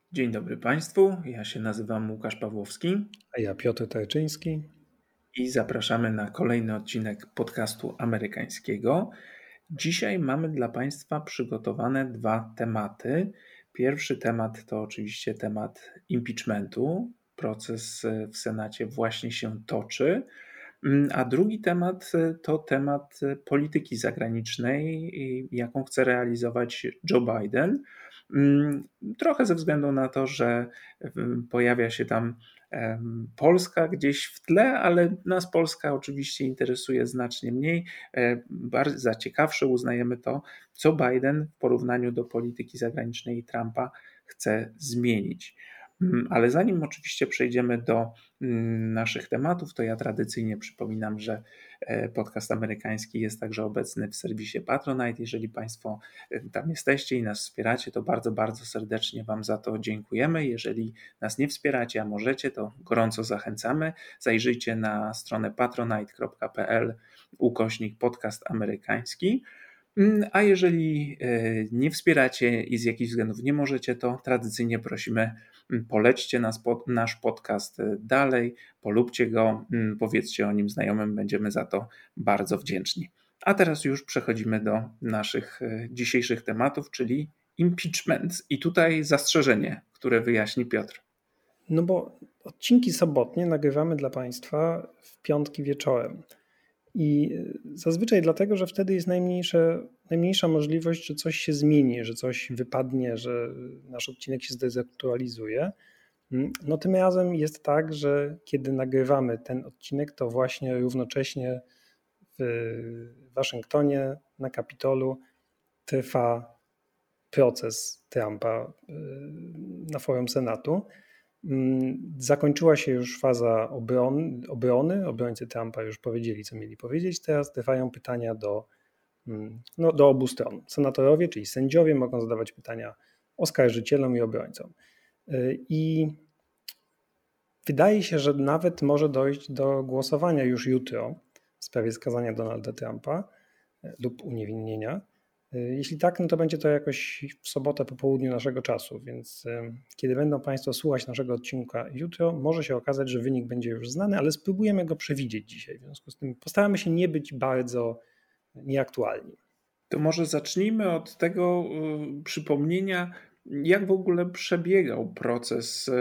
Dzień dobry Państwu, ja się nazywam Łukasz Pawłowski A ja Piotr Tarczyński. i zapraszamy na kolejny odcinek podcastu amerykańskiego. Dzisiaj mamy dla Państwa przygotowane dwa tematy. Pierwszy temat to oczywiście temat impeachmentu. Proces w Senacie właśnie się toczy. A drugi temat to temat polityki zagranicznej, jaką chce realizować Joe Biden. Trochę ze względu na to, że pojawia się tam Polska gdzieś w tle, ale nas Polska oczywiście interesuje znacznie mniej. Bardzo za ciekawsze uznajemy to, co Biden w porównaniu do polityki zagranicznej Trumpa chce zmienić. Ale zanim oczywiście przejdziemy do naszych tematów, to ja tradycyjnie przypominam, że podcast amerykański jest także obecny w serwisie Patronite. Jeżeli Państwo tam jesteście i nas wspieracie, to bardzo, bardzo serdecznie Wam za to dziękujemy. Jeżeli nas nie wspieracie, a możecie, to gorąco zachęcamy. Zajrzyjcie na stronę patronite.pl/podcast amerykański. A jeżeli nie wspieracie i z jakichś względów nie możecie, to tradycyjnie prosimy, polećcie nasz podcast dalej, polubcie go, powiedzcie o nim znajomym, będziemy za to bardzo wdzięczni. A teraz już przechodzimy do naszych dzisiejszych tematów, czyli impeachment. I tutaj zastrzeżenie, które wyjaśni Piotr. No bo odcinki sobotnie nagrywamy dla Państwa w piątki wieczorem. I zazwyczaj dlatego, że wtedy jest najmniejsza możliwość, że coś się zmieni, że coś wypadnie, że nasz odcinek się zdezaktualizuje. No tym razem jest tak, że kiedy nagrywamy ten odcinek, to właśnie równocześnie w Waszyngtonie na Kapitolu trwa proces Trumpa na forum Senatu. Zakończyła się już faza obrony. Obrońcy Trumpa już powiedzieli, co mieli powiedzieć. Teraz trwają pytania do obu stron. Senatorowie, czyli sędziowie, mogą zadawać pytania oskarżycielom i obrońcom. I wydaje się, że nawet może dojść do głosowania już jutro w sprawie skazania Donalda Trumpa lub uniewinnienia. Jeśli tak, no to będzie to jakoś w sobotę po południu naszego czasu, więc kiedy będą Państwo słuchać naszego odcinka jutro, może się okazać, że wynik będzie już znany, ale spróbujemy go przewidzieć dzisiaj. W związku z tym postaramy się nie być bardzo nieaktualni. To może zacznijmy od tego przypomnienia, jak w ogóle przebiegał proces,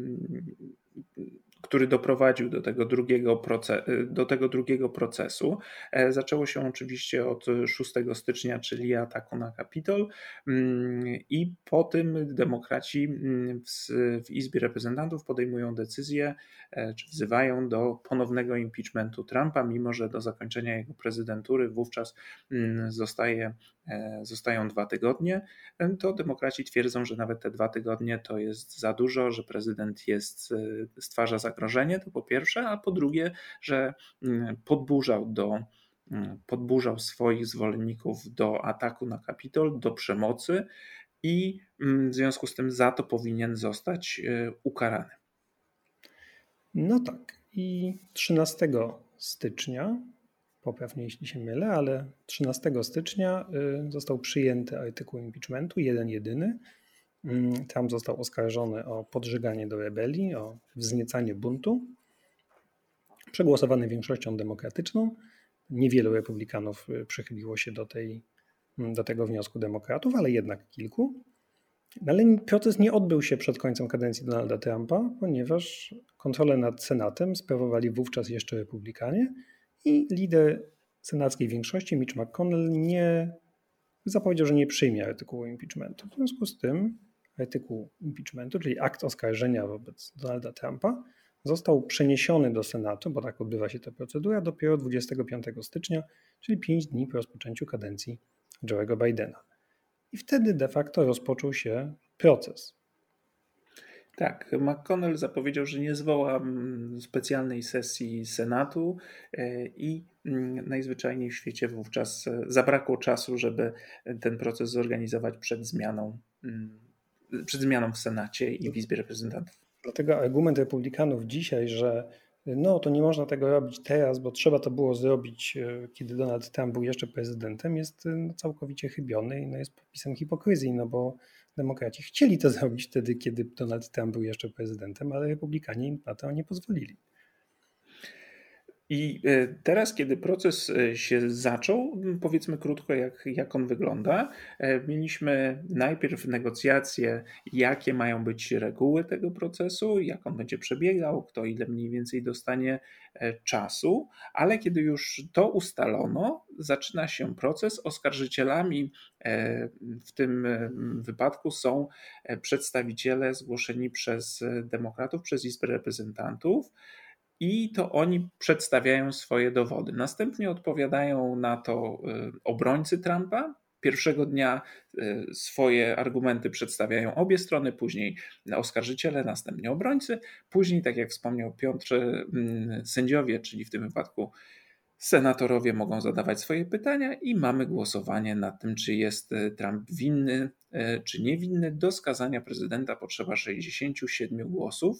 który doprowadził do tego drugiego procesu. Zaczęło się oczywiście od 6 stycznia, czyli ataku na Kapitol, i po tym demokraci w Izbie Reprezentantów podejmują decyzję, czy wzywają do ponownego impeachmentu Trumpa, mimo że do zakończenia jego prezydentury wówczas zostają 2 tygodnie, to demokraci twierdzą, że nawet te 2 tygodnie to jest za dużo, że prezydent stwarza zagrożenie, to po pierwsze, a po drugie, że podburzał swoich zwolenników do ataku na Kapitol, do przemocy i w związku z tym za to powinien zostać ukarany. No tak, i 13 stycznia, poprawnie jeśli się mylę, ale 13 stycznia został przyjęty artykuł impeachmentu, jeden jedyny. Trump został oskarżony o podżeganie do rebelii, o wzniecanie buntu, przegłosowany większością demokratyczną. Niewielu republikanów przychyliło się do tego wniosku demokratów, ale jednak kilku. Ale proces nie odbył się przed końcem kadencji Donalda Trumpa, ponieważ kontrolę nad Senatem sprawowali wówczas jeszcze republikanie i lider senackiej większości Mitch McConnell zapowiedział, że nie przyjmie artykułu impeachmentu. W związku z tym artykuł impeachmentu, czyli akt oskarżenia wobec Donalda Trumpa, został przeniesiony do Senatu, bo tak odbywa się ta procedura, dopiero 25 stycznia, czyli 5 dni po rozpoczęciu kadencji Joe'ego Bidena. I wtedy de facto rozpoczął się proces. Tak, McConnell zapowiedział, że nie zwoła specjalnej sesji Senatu i najzwyczajniej w świecie wówczas zabrakło czasu, żeby ten proces zorganizować przed zmianą w Senacie i w Izbie Reprezentantów. Dlatego argument republikanów dzisiaj, że no to nie można tego robić teraz, bo trzeba to było zrobić, kiedy Donald Trump był jeszcze prezydentem, jest całkowicie chybiony i jest popisem hipokryzji, no bo Demokraci chcieli to zrobić wtedy, kiedy Donald Trump był jeszcze prezydentem, ale republikanie im na to nie pozwolili. I teraz, kiedy proces się zaczął, powiedzmy krótko, jak on wygląda. Mieliśmy najpierw negocjacje, jakie mają być reguły tego procesu, jak on będzie przebiegał, kto ile mniej więcej dostanie czasu, ale kiedy już to ustalono, zaczyna się proces. Oskarżycielami w tym wypadku są przedstawiciele zgłoszeni przez demokratów, przez Izbę Reprezentantów. I to oni przedstawiają swoje dowody. Następnie odpowiadają na to obrońcy Trumpa. Pierwszego dnia swoje argumenty przedstawiają obie strony, później oskarżyciele, następnie obrońcy. Później, tak jak wspomniał Piotr, sędziowie, czyli w tym wypadku senatorowie, mogą zadawać swoje pytania i mamy głosowanie nad tym, czy jest Trump winny, czy niewinny. Do skazania prezydenta potrzeba 67 głosów.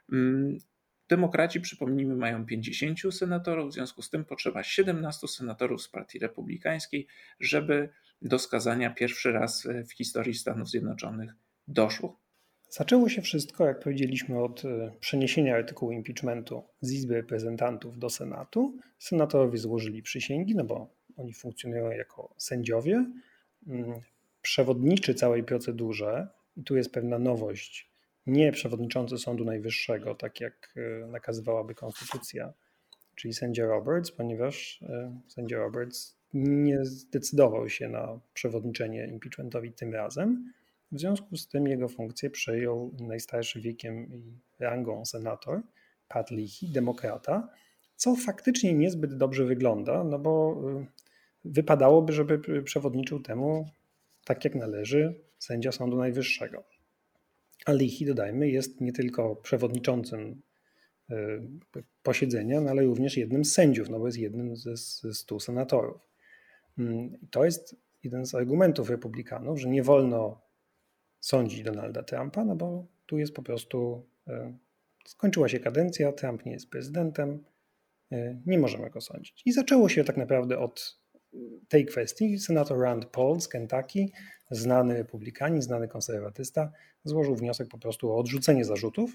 Demokraci, przypomnijmy, mają 50 senatorów, w związku z tym potrzeba 17 senatorów z Partii Republikańskiej, żeby do skazania pierwszy raz w historii Stanów Zjednoczonych doszło. Zaczęło się wszystko, jak powiedzieliśmy, od przeniesienia artykułu impeachmentu z Izby Reprezentantów do Senatu. Senatorowie złożyli przysięgi, no bo oni funkcjonują jako sędziowie. Przewodniczy całej procedurze, i tu jest pewna nowość, nie przewodniczący Sądu Najwyższego, tak jak nakazywałaby konstytucja, czyli sędzia Roberts, ponieważ sędzia Roberts nie zdecydował się na przewodniczenie impeachmentowi tym razem. W związku z tym jego funkcję przejął najstarszy wiekiem i rangą senator Pat Leahy, demokrata, co faktycznie niezbyt dobrze wygląda, no bo wypadałoby, żeby przewodniczył temu, tak jak należy, sędzia Sądu Najwyższego. A Leahy, dodajmy, jest nie tylko przewodniczącym posiedzenia, no ale również jednym z sędziów, no bo jest jednym ze 100 senatorów. I to jest jeden z argumentów republikanów, że nie wolno sądzić Donalda Trumpa, no bo tu jest po prostu, skończyła się kadencja, Trump nie jest prezydentem, nie możemy go sądzić. I zaczęło się tak naprawdę od tej kwestii. Senator Rand Paul z Kentucky, znany republikanin, znany konserwatysta, złożył wniosek po prostu o odrzucenie zarzutów,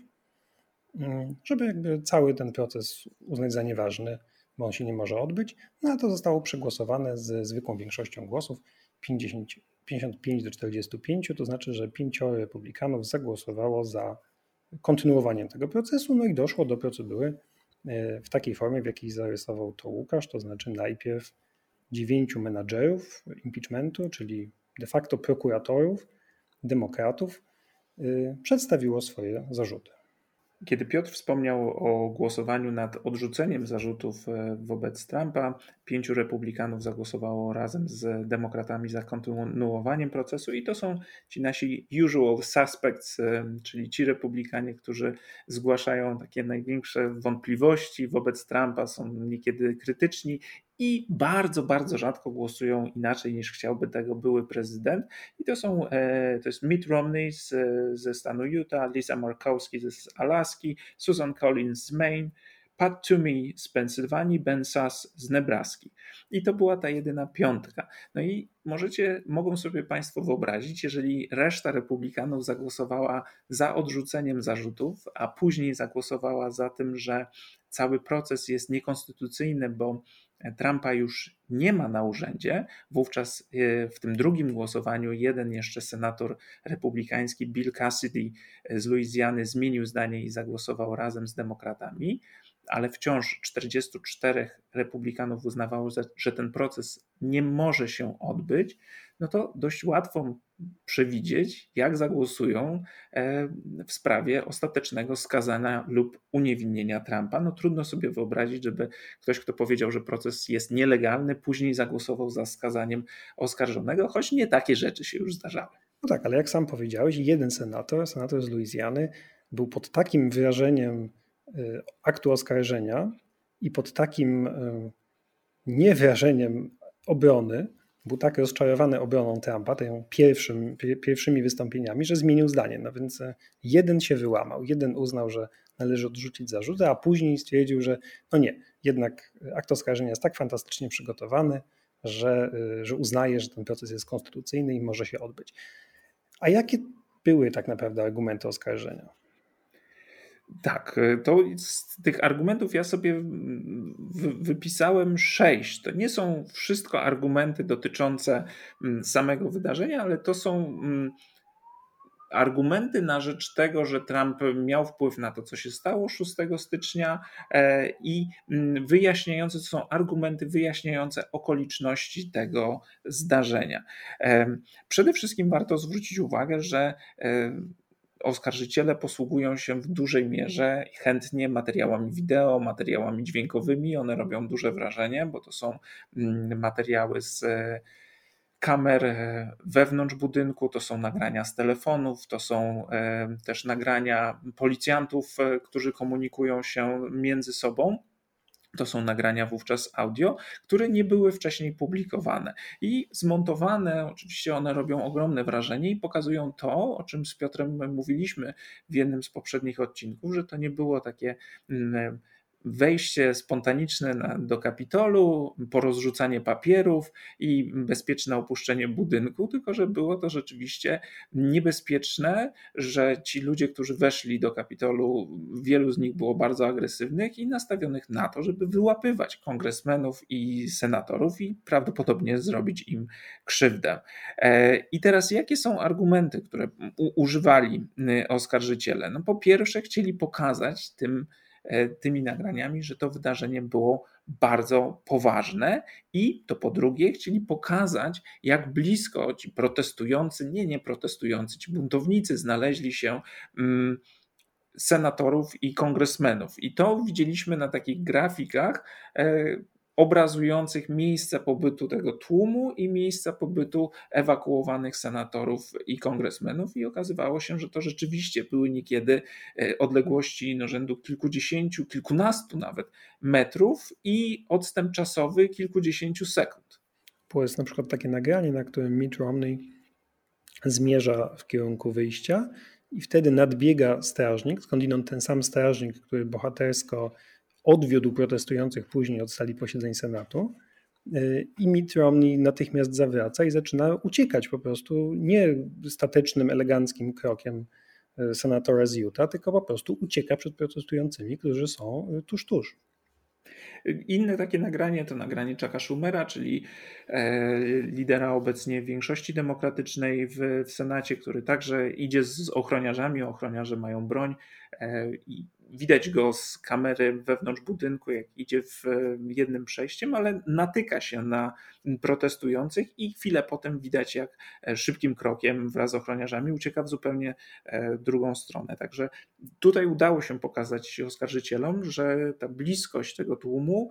żeby jakby cały ten proces uznać za nieważny, bo on się nie może odbyć. No a to zostało przegłosowane ze zwykłą większością głosów, 55 do 45, to znaczy, że 5 republikanów zagłosowało za kontynuowaniem tego procesu, no i doszło do procedury w takiej formie, w jakiej zarysował to Łukasz, to znaczy najpierw 9 menadżerów impeachmentu, czyli de facto prokuratorów, demokratów, przedstawiło swoje zarzuty. Kiedy Piotr wspomniał o głosowaniu nad odrzuceniem zarzutów wobec Trumpa, 5 republikanów zagłosowało razem z demokratami za kontynuowaniem procesu i to są ci nasi usual suspects, czyli ci republikanie, którzy zgłaszają takie największe wątpliwości wobec Trumpa, są niekiedy krytyczni i bardzo, bardzo rzadko głosują inaczej niż chciałby tego były prezydent. I to jest Mitt Romney ze stanu Utah, Lisa Murkowski z Alaski, Susan Collins z Maine, Pat Toomey z Pensylwanii, Ben Sass z Nebraski. I to była ta jedyna piątka. No i mogą sobie Państwo wyobrazić, jeżeli reszta republikanów zagłosowała za odrzuceniem zarzutów, a później zagłosowała za tym, że cały proces jest niekonstytucyjny, bo Trumpa już nie ma na urzędzie, wówczas w tym drugim głosowaniu jeden jeszcze senator republikański, Bill Cassidy z Luizjany, zmienił zdanie i zagłosował razem z demokratami, ale wciąż 44 republikanów uznawało, że ten proces nie może się odbyć, no to dość łatwo przewidzieć, jak zagłosują w sprawie ostatecznego skazania lub uniewinnienia Trumpa. No trudno sobie wyobrazić, żeby ktoś, kto powiedział, że proces jest nielegalny, później zagłosował za skazaniem oskarżonego, choć nie takie rzeczy się już zdarzały. No tak, ale jak sam powiedziałeś, jeden senator z Luizjany, był pod takim wyrażeniem aktu oskarżenia i pod takim niewyrażeniem obrony, był tak rozczarowany obroną Trumpa, tym pierwszymi wystąpieniami, że zmienił zdanie. No więc jeden się wyłamał, jeden uznał, że należy odrzucić zarzuty, a później stwierdził, że no nie, jednak akt oskarżenia jest tak fantastycznie przygotowany, że uznaje, że ten proces jest konstytucyjny i może się odbyć. A jakie były tak naprawdę argumenty oskarżenia? Tak, to z tych argumentów ja sobie wypisałem 6. To nie są wszystko argumenty dotyczące samego wydarzenia, ale to są argumenty na rzecz tego, że Trump miał wpływ na to, co się stało 6 stycznia i wyjaśniające, to są argumenty wyjaśniające okoliczności tego zdarzenia. Przede wszystkim warto zwrócić uwagę, że oskarżyciele posługują się w dużej mierze chętnie materiałami wideo, materiałami dźwiękowymi. One robią duże wrażenie, bo to są materiały z kamer wewnątrz budynku, to są nagrania z telefonów, to są też nagrania policjantów, którzy komunikują się między sobą. To są nagrania wówczas audio, które nie były wcześniej publikowane. I zmontowane, oczywiście one robią ogromne wrażenie i pokazują to, o czym z Piotrem mówiliśmy w jednym z poprzednich odcinków, że to nie było takie wejście spontaniczne do Kapitolu, porozrzucanie papierów i bezpieczne opuszczenie budynku, tylko że było to rzeczywiście niebezpieczne, że ci ludzie, którzy weszli do Kapitolu, wielu z nich było bardzo agresywnych i nastawionych na to, żeby wyłapywać kongresmenów i senatorów i prawdopodobnie zrobić im krzywdę. I teraz jakie są argumenty, które używali oskarżyciele? No po pierwsze chcieli pokazać tymi nagraniami, że to wydarzenie było bardzo poważne i to po drugie chcieli pokazać, jak blisko ci protestujący, nie protestujący, ci buntownicy znaleźli się senatorów i kongresmenów. I to widzieliśmy na takich grafikach obrazujących miejsce pobytu tego tłumu i miejsca pobytu ewakuowanych senatorów i kongresmenów i okazywało się, że to rzeczywiście były niekiedy odległości rzędu kilkudziesięciu, kilkunastu nawet metrów i odstęp czasowy kilkudziesięciu sekund. Jest na przykład takie nagranie, na którym Mitt Romney zmierza w kierunku wyjścia i wtedy nadbiega strażnik, skądinąd ten sam strażnik, który bohatersko odwiódł protestujących później od sali posiedzeń Senatu i Mitt Romney natychmiast zawraca i zaczyna uciekać po prostu nie statecznym, eleganckim krokiem senatora z Utah, tylko po prostu ucieka przed protestującymi, którzy są tuż. Inne takie nagranie to nagranie Chucka Schumera, czyli lidera obecnie większości demokratycznej w Senacie, który także idzie z ochroniarzami. Ochroniarze mają broń i widać go z kamery wewnątrz budynku, jak idzie w jednym przejściem, ale natyka się na protestujących i chwilę potem widać, jak szybkim krokiem wraz z ochroniarzami ucieka w zupełnie drugą stronę. Także tutaj udało się pokazać oskarżycielom, że ta bliskość tego tłumu,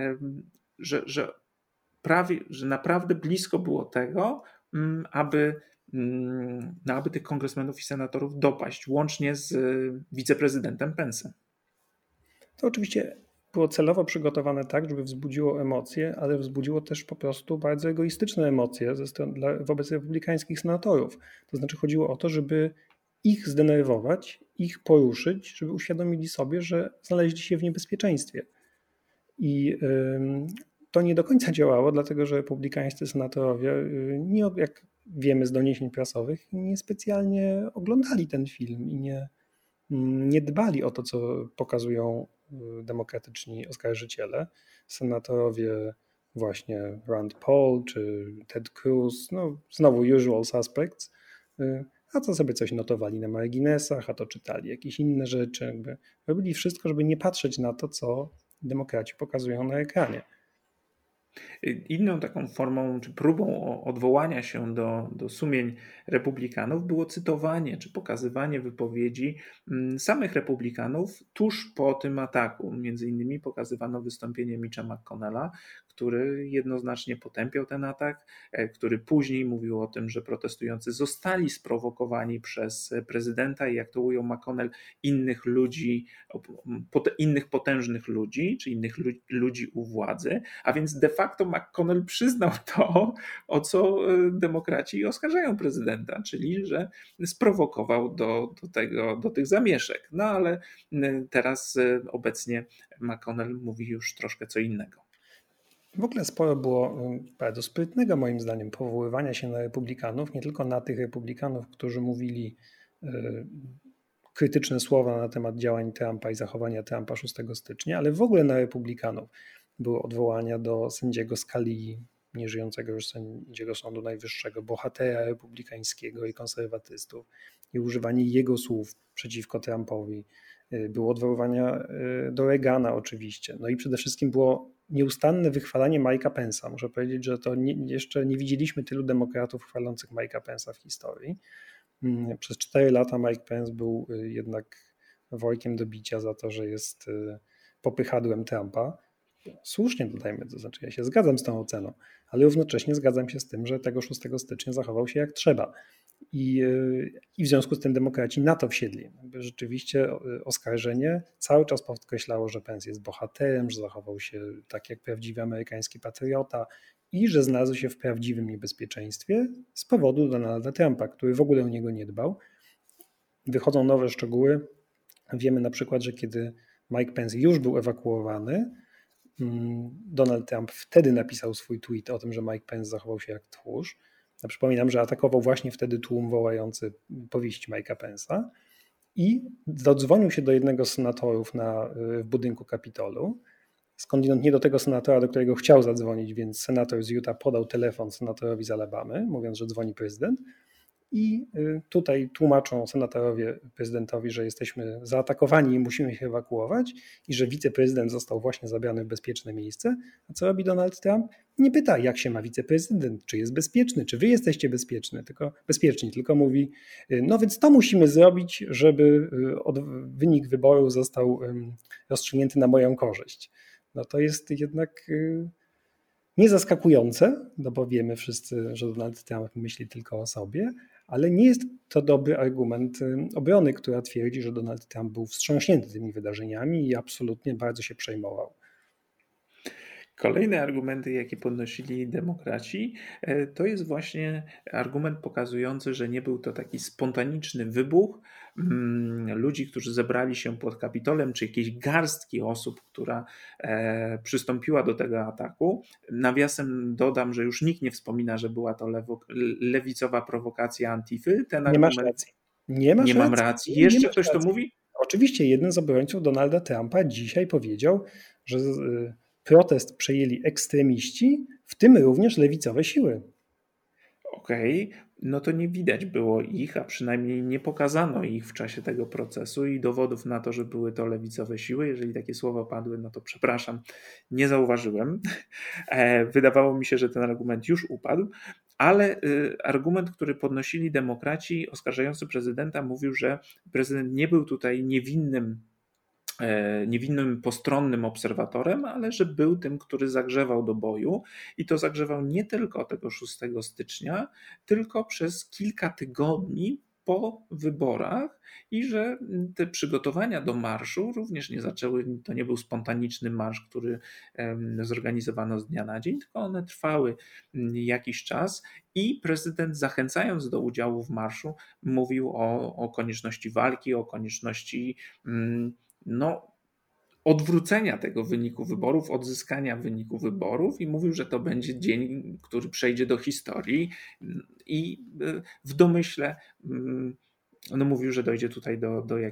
że naprawdę blisko było tego, aby tych kongresmenów i senatorów dopaść, łącznie z wiceprezydentem Pence'em. To oczywiście było celowo przygotowane tak, żeby wzbudziło emocje, ale wzbudziło też po prostu bardzo egoistyczne emocje wobec republikańskich senatorów. To znaczy chodziło o to, żeby ich zdenerwować, ich poruszyć, żeby uświadomili sobie, że znaleźli się w niebezpieczeństwie. I to nie do końca działało, dlatego że republikańscy senatorowie, jak wiemy z doniesień prasowych, niespecjalnie oglądali ten film i nie dbali o to, co pokazują demokratyczni oskarżyciele. Senatorowie właśnie Rand Paul czy Ted Cruz, znowu usual suspects, a to sobie coś notowali na marginesach, a to czytali jakieś inne rzeczy. Robili wszystko, żeby nie patrzeć na to, co demokraci pokazują na ekranie. Inną taką formą czy próbą odwołania się do sumień republikanów było cytowanie czy pokazywanie wypowiedzi samych republikanów tuż po tym ataku. Między innymi pokazywano wystąpienie Mitcha McConnella, który jednoznacznie potępiał ten atak, który później mówił o tym, że protestujący zostali sprowokowani przez prezydenta i jak to ujął McConnell, innych ludzi, innych potężnych ludzi, czy innych ludzi u władzy, a więc de facto McConnell przyznał to, o co demokraci oskarżają prezydenta, czyli że sprowokował do tych zamieszek. No ale teraz obecnie McConnell mówi już troszkę co innego. W ogóle sporo było bardzo sprytnego, moim zdaniem, powoływania się na republikanów, nie tylko na tych republikanów, którzy mówili krytyczne słowa na temat działań Trumpa i zachowania Trumpa 6 stycznia, ale w ogóle na republikanów. Były odwołania do sędziego Scalii, nieżyjącego już sędziego Sądu Najwyższego, bohatera republikańskiego i konserwatystów, i używanie jego słów przeciwko Trumpowi. Było odwoływania do Reagana oczywiście. No i przede wszystkim było nieustanne wychwalanie Mike'a Pence'a. Muszę powiedzieć, że to jeszcze nie widzieliśmy tylu demokratów chwalących Mike'a Pence'a w historii. Przez 4 lata Mike Pence był jednak workiem do bicia za to, że jest popychadłem Trumpa. Słusznie dodajmy, to znaczy ja się zgadzam z tą oceną, ale równocześnie zgadzam się z tym, że tego 6 stycznia zachował się jak trzeba. I w związku z tym demokraci na to wsiedli. Rzeczywiście oskarżenie cały czas podkreślało, że Pence jest bohaterem, że zachował się tak jak prawdziwy amerykański patriota i że znalazł się w prawdziwym niebezpieczeństwie z powodu Donalda Trumpa, który w ogóle o niego nie dbał. Wychodzą nowe szczegóły. Wiemy na przykład, że kiedy Mike Pence już był ewakuowany, Donald Trump wtedy napisał swój tweet o tym, że Mike Pence zachował się jak tchórz. Ja przypominam, że atakował właśnie wtedy tłum wołający powieści Mike'a Pence'a i dodzwonił się do jednego z senatorów w budynku Kapitolu. Skądinąd nie do tego senatora, do którego chciał zadzwonić, więc senator z Utah podał telefon senatorowi z Alabamy, mówiąc, że dzwoni prezydent. I tutaj tłumaczą senatorowie prezydentowi, że jesteśmy zaatakowani i musimy się ewakuować i że wiceprezydent został właśnie zabrany w bezpieczne miejsce. A co robi Donald Trump? Nie pyta, jak się ma wiceprezydent, czy jest bezpieczny, czy wy jesteście bezpieczni, tylko mówi, no więc to musimy zrobić, żeby wynik wyborów został rozstrzygnięty na moją korzyść. No to jest jednak niezaskakujące, no bo wiemy wszyscy, że Donald Trump myśli tylko o sobie, ale nie jest to dobry argument obrony, która twierdzi, że Donald Trump był wstrząśnięty tymi wydarzeniami i absolutnie bardzo się przejmował. Kolejne argumenty, jakie podnosili demokraci, to jest właśnie argument pokazujący, że nie był to taki spontaniczny wybuch ludzi, którzy zebrali się pod Kapitolem, czy jakiejś garstki osób, która przystąpiła do tego ataku. Nawiasem dodam, że już nikt nie wspomina, że była to lewicowa prowokacja Antify. Ten nie argument... masz racji. Nie mam racji. Jeszcze ktoś to mówi? Oczywiście jeden z obrońców Donalda Trumpa dzisiaj powiedział, że protest przejęli ekstremiści, w tym również lewicowe siły. Okej, no to nie widać było ich, a przynajmniej nie pokazano ich w czasie tego procesu i dowodów na to, że były to lewicowe siły. Jeżeli takie słowa padły, no to przepraszam, nie zauważyłem. Wydawało mi się, że ten argument już upadł, ale argument, który podnosili demokraci oskarżający prezydenta, mówił, że prezydent nie był tutaj niewinnym postronnym obserwatorem, ale że był tym, który zagrzewał do boju i to zagrzewał nie tylko tego 6 stycznia, tylko przez kilka tygodni po wyborach i że te przygotowania do marszu również nie zaczęły, to nie był spontaniczny marsz, który zorganizowano z dnia na dzień, tylko one trwały jakiś czas i prezydent, zachęcając do udziału w marszu, mówił o konieczności walki, o konieczności odwrócenia tego wyniku wyborów, odzyskania wyniku wyborów i mówił, że to będzie dzień, który przejdzie do historii i w domyśle mówił, że dojdzie tutaj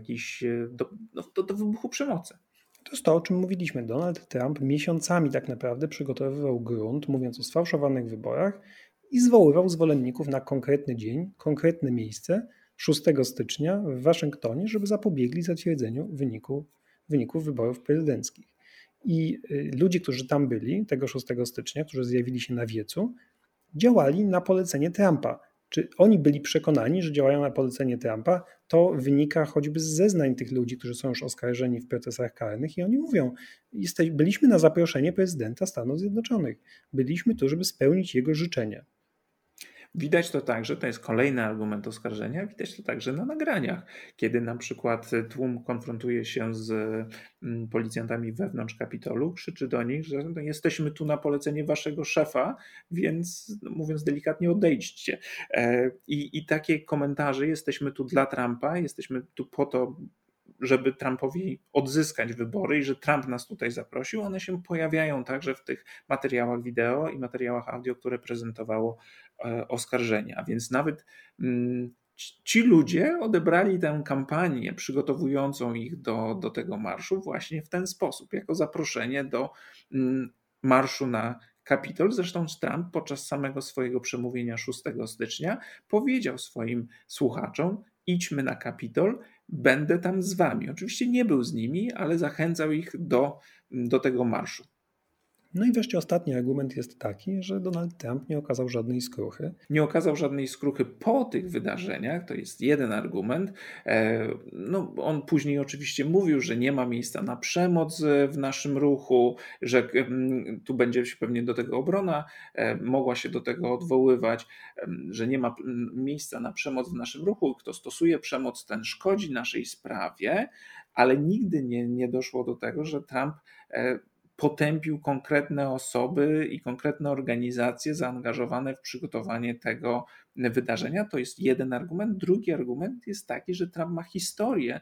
do wybuchu przemocy. To jest to, o czym mówiliśmy. Donald Trump miesiącami tak naprawdę przygotowywał grunt, mówiąc o sfałszowanych wyborach i zwoływał zwolenników na konkretny dzień, konkretne miejsce, 6 stycznia w Waszyngtonie, żeby zapobiegli zatwierdzeniu wyników wyborów prezydenckich. I ludzie, którzy tam byli tego 6 stycznia, którzy zjawili się na wiecu, działali na polecenie Trumpa. Czy oni byli przekonani, że działają na polecenie Trumpa? To wynika choćby z zeznań tych ludzi, którzy są już oskarżeni w procesach karnych i oni mówią, byliśmy na zaproszenie prezydenta Stanów Zjednoczonych. Byliśmy tu, żeby spełnić jego życzenia. Widać to także, to jest kolejny argument oskarżenia, widać to także na nagraniach, kiedy na przykład tłum konfrontuje się z policjantami wewnątrz Kapitolu, krzyczy do nich, że jesteśmy tu na polecenie waszego szefa, więc mówiąc delikatnie odejdźcie. I takie komentarze, jesteśmy tu dla Trumpa, jesteśmy tu po to, żeby Trumpowi odzyskać wybory i że Trump nas tutaj zaprosił, one się pojawiają także w tych materiałach wideo i materiałach audio, które prezentowało oskarżenia. A więc nawet ci ludzie odebrali tę kampanię przygotowującą ich do tego marszu właśnie w ten sposób, jako zaproszenie do marszu na Kapitol. Zresztą Trump podczas samego swojego przemówienia 6 stycznia powiedział swoim słuchaczom: idźmy na Kapitol, będę tam z wami. Oczywiście nie był z nimi, ale zachęcał ich do tego marszu. No i wreszcie ostatni argument jest taki, że Donald Trump nie okazał żadnej skruchy. Nie okazał żadnej skruchy po tych wydarzeniach, to jest jeden argument. No, on później oczywiście mówił, że nie ma miejsca na przemoc w naszym ruchu, że tu będzie się pewnie do tego obrona mogła się do tego odwoływać, że nie ma miejsca na przemoc w naszym ruchu. Kto stosuje przemoc, ten szkodzi naszej sprawie, ale nigdy nie doszło do tego, że Trump potępił konkretne osoby i konkretne organizacje zaangażowane w przygotowanie tego wydarzenia. To jest jeden argument. Drugi argument jest taki, że Trump ma historię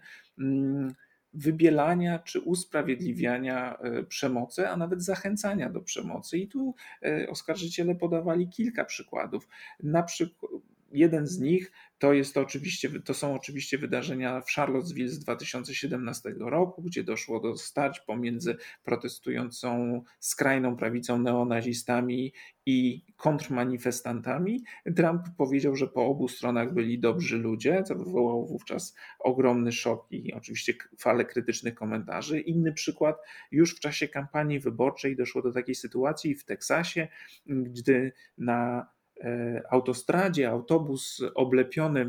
wybielania czy usprawiedliwiania przemocy, a nawet zachęcania do przemocy. I tu oskarżyciele podawali kilka przykładów. Na przykład jeden z nich to są oczywiście wydarzenia w Charlottesville z 2017 roku, gdzie doszło do starć pomiędzy protestującą skrajną prawicą, neonazistami i kontrmanifestantami. Trump powiedział, że po obu stronach byli dobrzy ludzie, co wywołało wówczas ogromny szok i oczywiście falę krytycznych komentarzy. Inny przykład, już w czasie kampanii wyborczej doszło do takiej sytuacji w Teksasie, gdy na autostradzie autobus oblepiony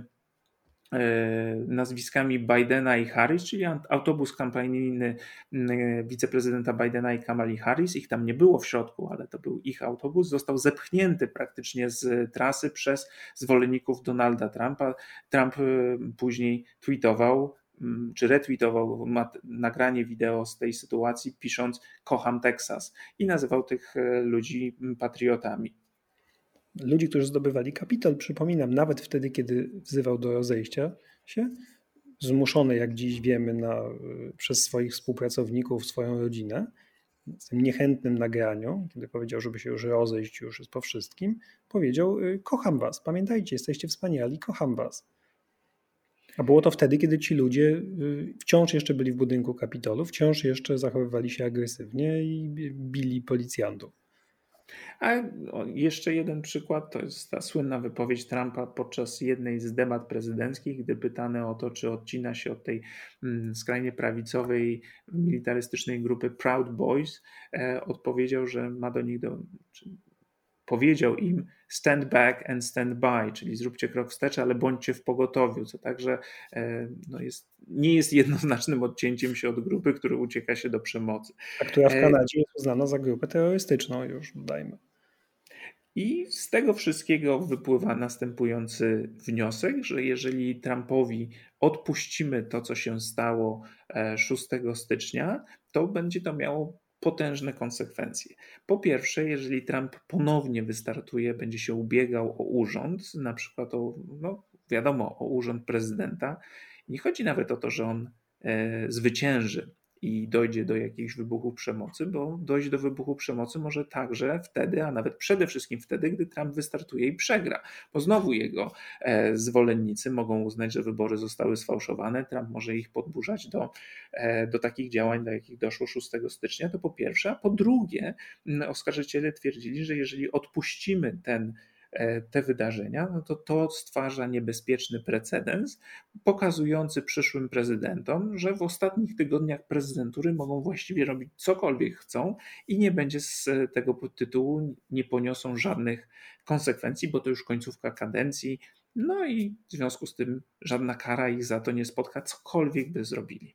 nazwiskami Bidena i Harris, czyli autobus kampanijny wiceprezydenta Bidena i Kamali Harris, ich tam nie było w środku, ale to był ich autobus, został zepchnięty praktycznie z trasy przez zwolenników Donalda Trumpa. Trump później tweetował czy retweetował nagranie wideo z tej sytuacji, pisząc: kocham Teksas, i nazywał tych ludzi patriotami. Ludzi, którzy zdobywali Kapitol, przypominam, nawet wtedy, kiedy wzywał do rozejścia się, zmuszony, jak dziś wiemy, przez swoich współpracowników, swoją rodzinę, w tym niechętnym nagraniu, kiedy powiedział, żeby się już rozejść, już jest po wszystkim, powiedział: kocham was, pamiętajcie, jesteście wspaniali, kocham was. A było to wtedy, kiedy ci ludzie wciąż jeszcze byli w budynku Kapitolu, wciąż jeszcze zachowywali się agresywnie i bili policjantów. A jeszcze jeden przykład to jest ta słynna wypowiedź Trumpa podczas jednej z debat prezydenckich, gdy pytany o to, czy odcina się od tej skrajnie prawicowej, militarystycznej grupy Proud Boys, odpowiedział, że ma do nich powiedział im: stand back and stand by, czyli zróbcie krok wstecz, ale bądźcie w pogotowiu, co także nie jest jednoznacznym odcięciem się od grupy, która ucieka się do przemocy. A która w Kanadzie jest uznana za grupę terrorystyczną, już dodajmy. I z tego wszystkiego wypływa następujący wniosek, że jeżeli Trumpowi odpuścimy to, co się stało 6 stycznia, to będzie to miało potężne konsekwencje. Po pierwsze, jeżeli Trump ponownie wystartuje, będzie się ubiegał o urząd, na przykład o urząd prezydenta, nie chodzi nawet o to, że on zwycięży i dojdzie do jakichś wybuchów przemocy, bo dojść do wybuchu przemocy może także wtedy, a nawet przede wszystkim wtedy, gdy Trump wystartuje i przegra, bo znowu jego zwolennicy mogą uznać, że wybory zostały sfałszowane. Trump może ich podburzać do takich działań, do jakich doszło 6 stycznia, to po pierwsze. A po drugie, oskarżyciele twierdzili, że jeżeli odpuścimy te wydarzenia, no to stwarza niebezpieczny precedens, pokazujący przyszłym prezydentom, że w ostatnich tygodniach prezydentury mogą właściwie robić cokolwiek chcą i nie będzie z tego tytułu, nie poniosą żadnych konsekwencji, bo to już końcówka kadencji, no i w związku z tym żadna kara ich za to nie spotka, cokolwiek by zrobili.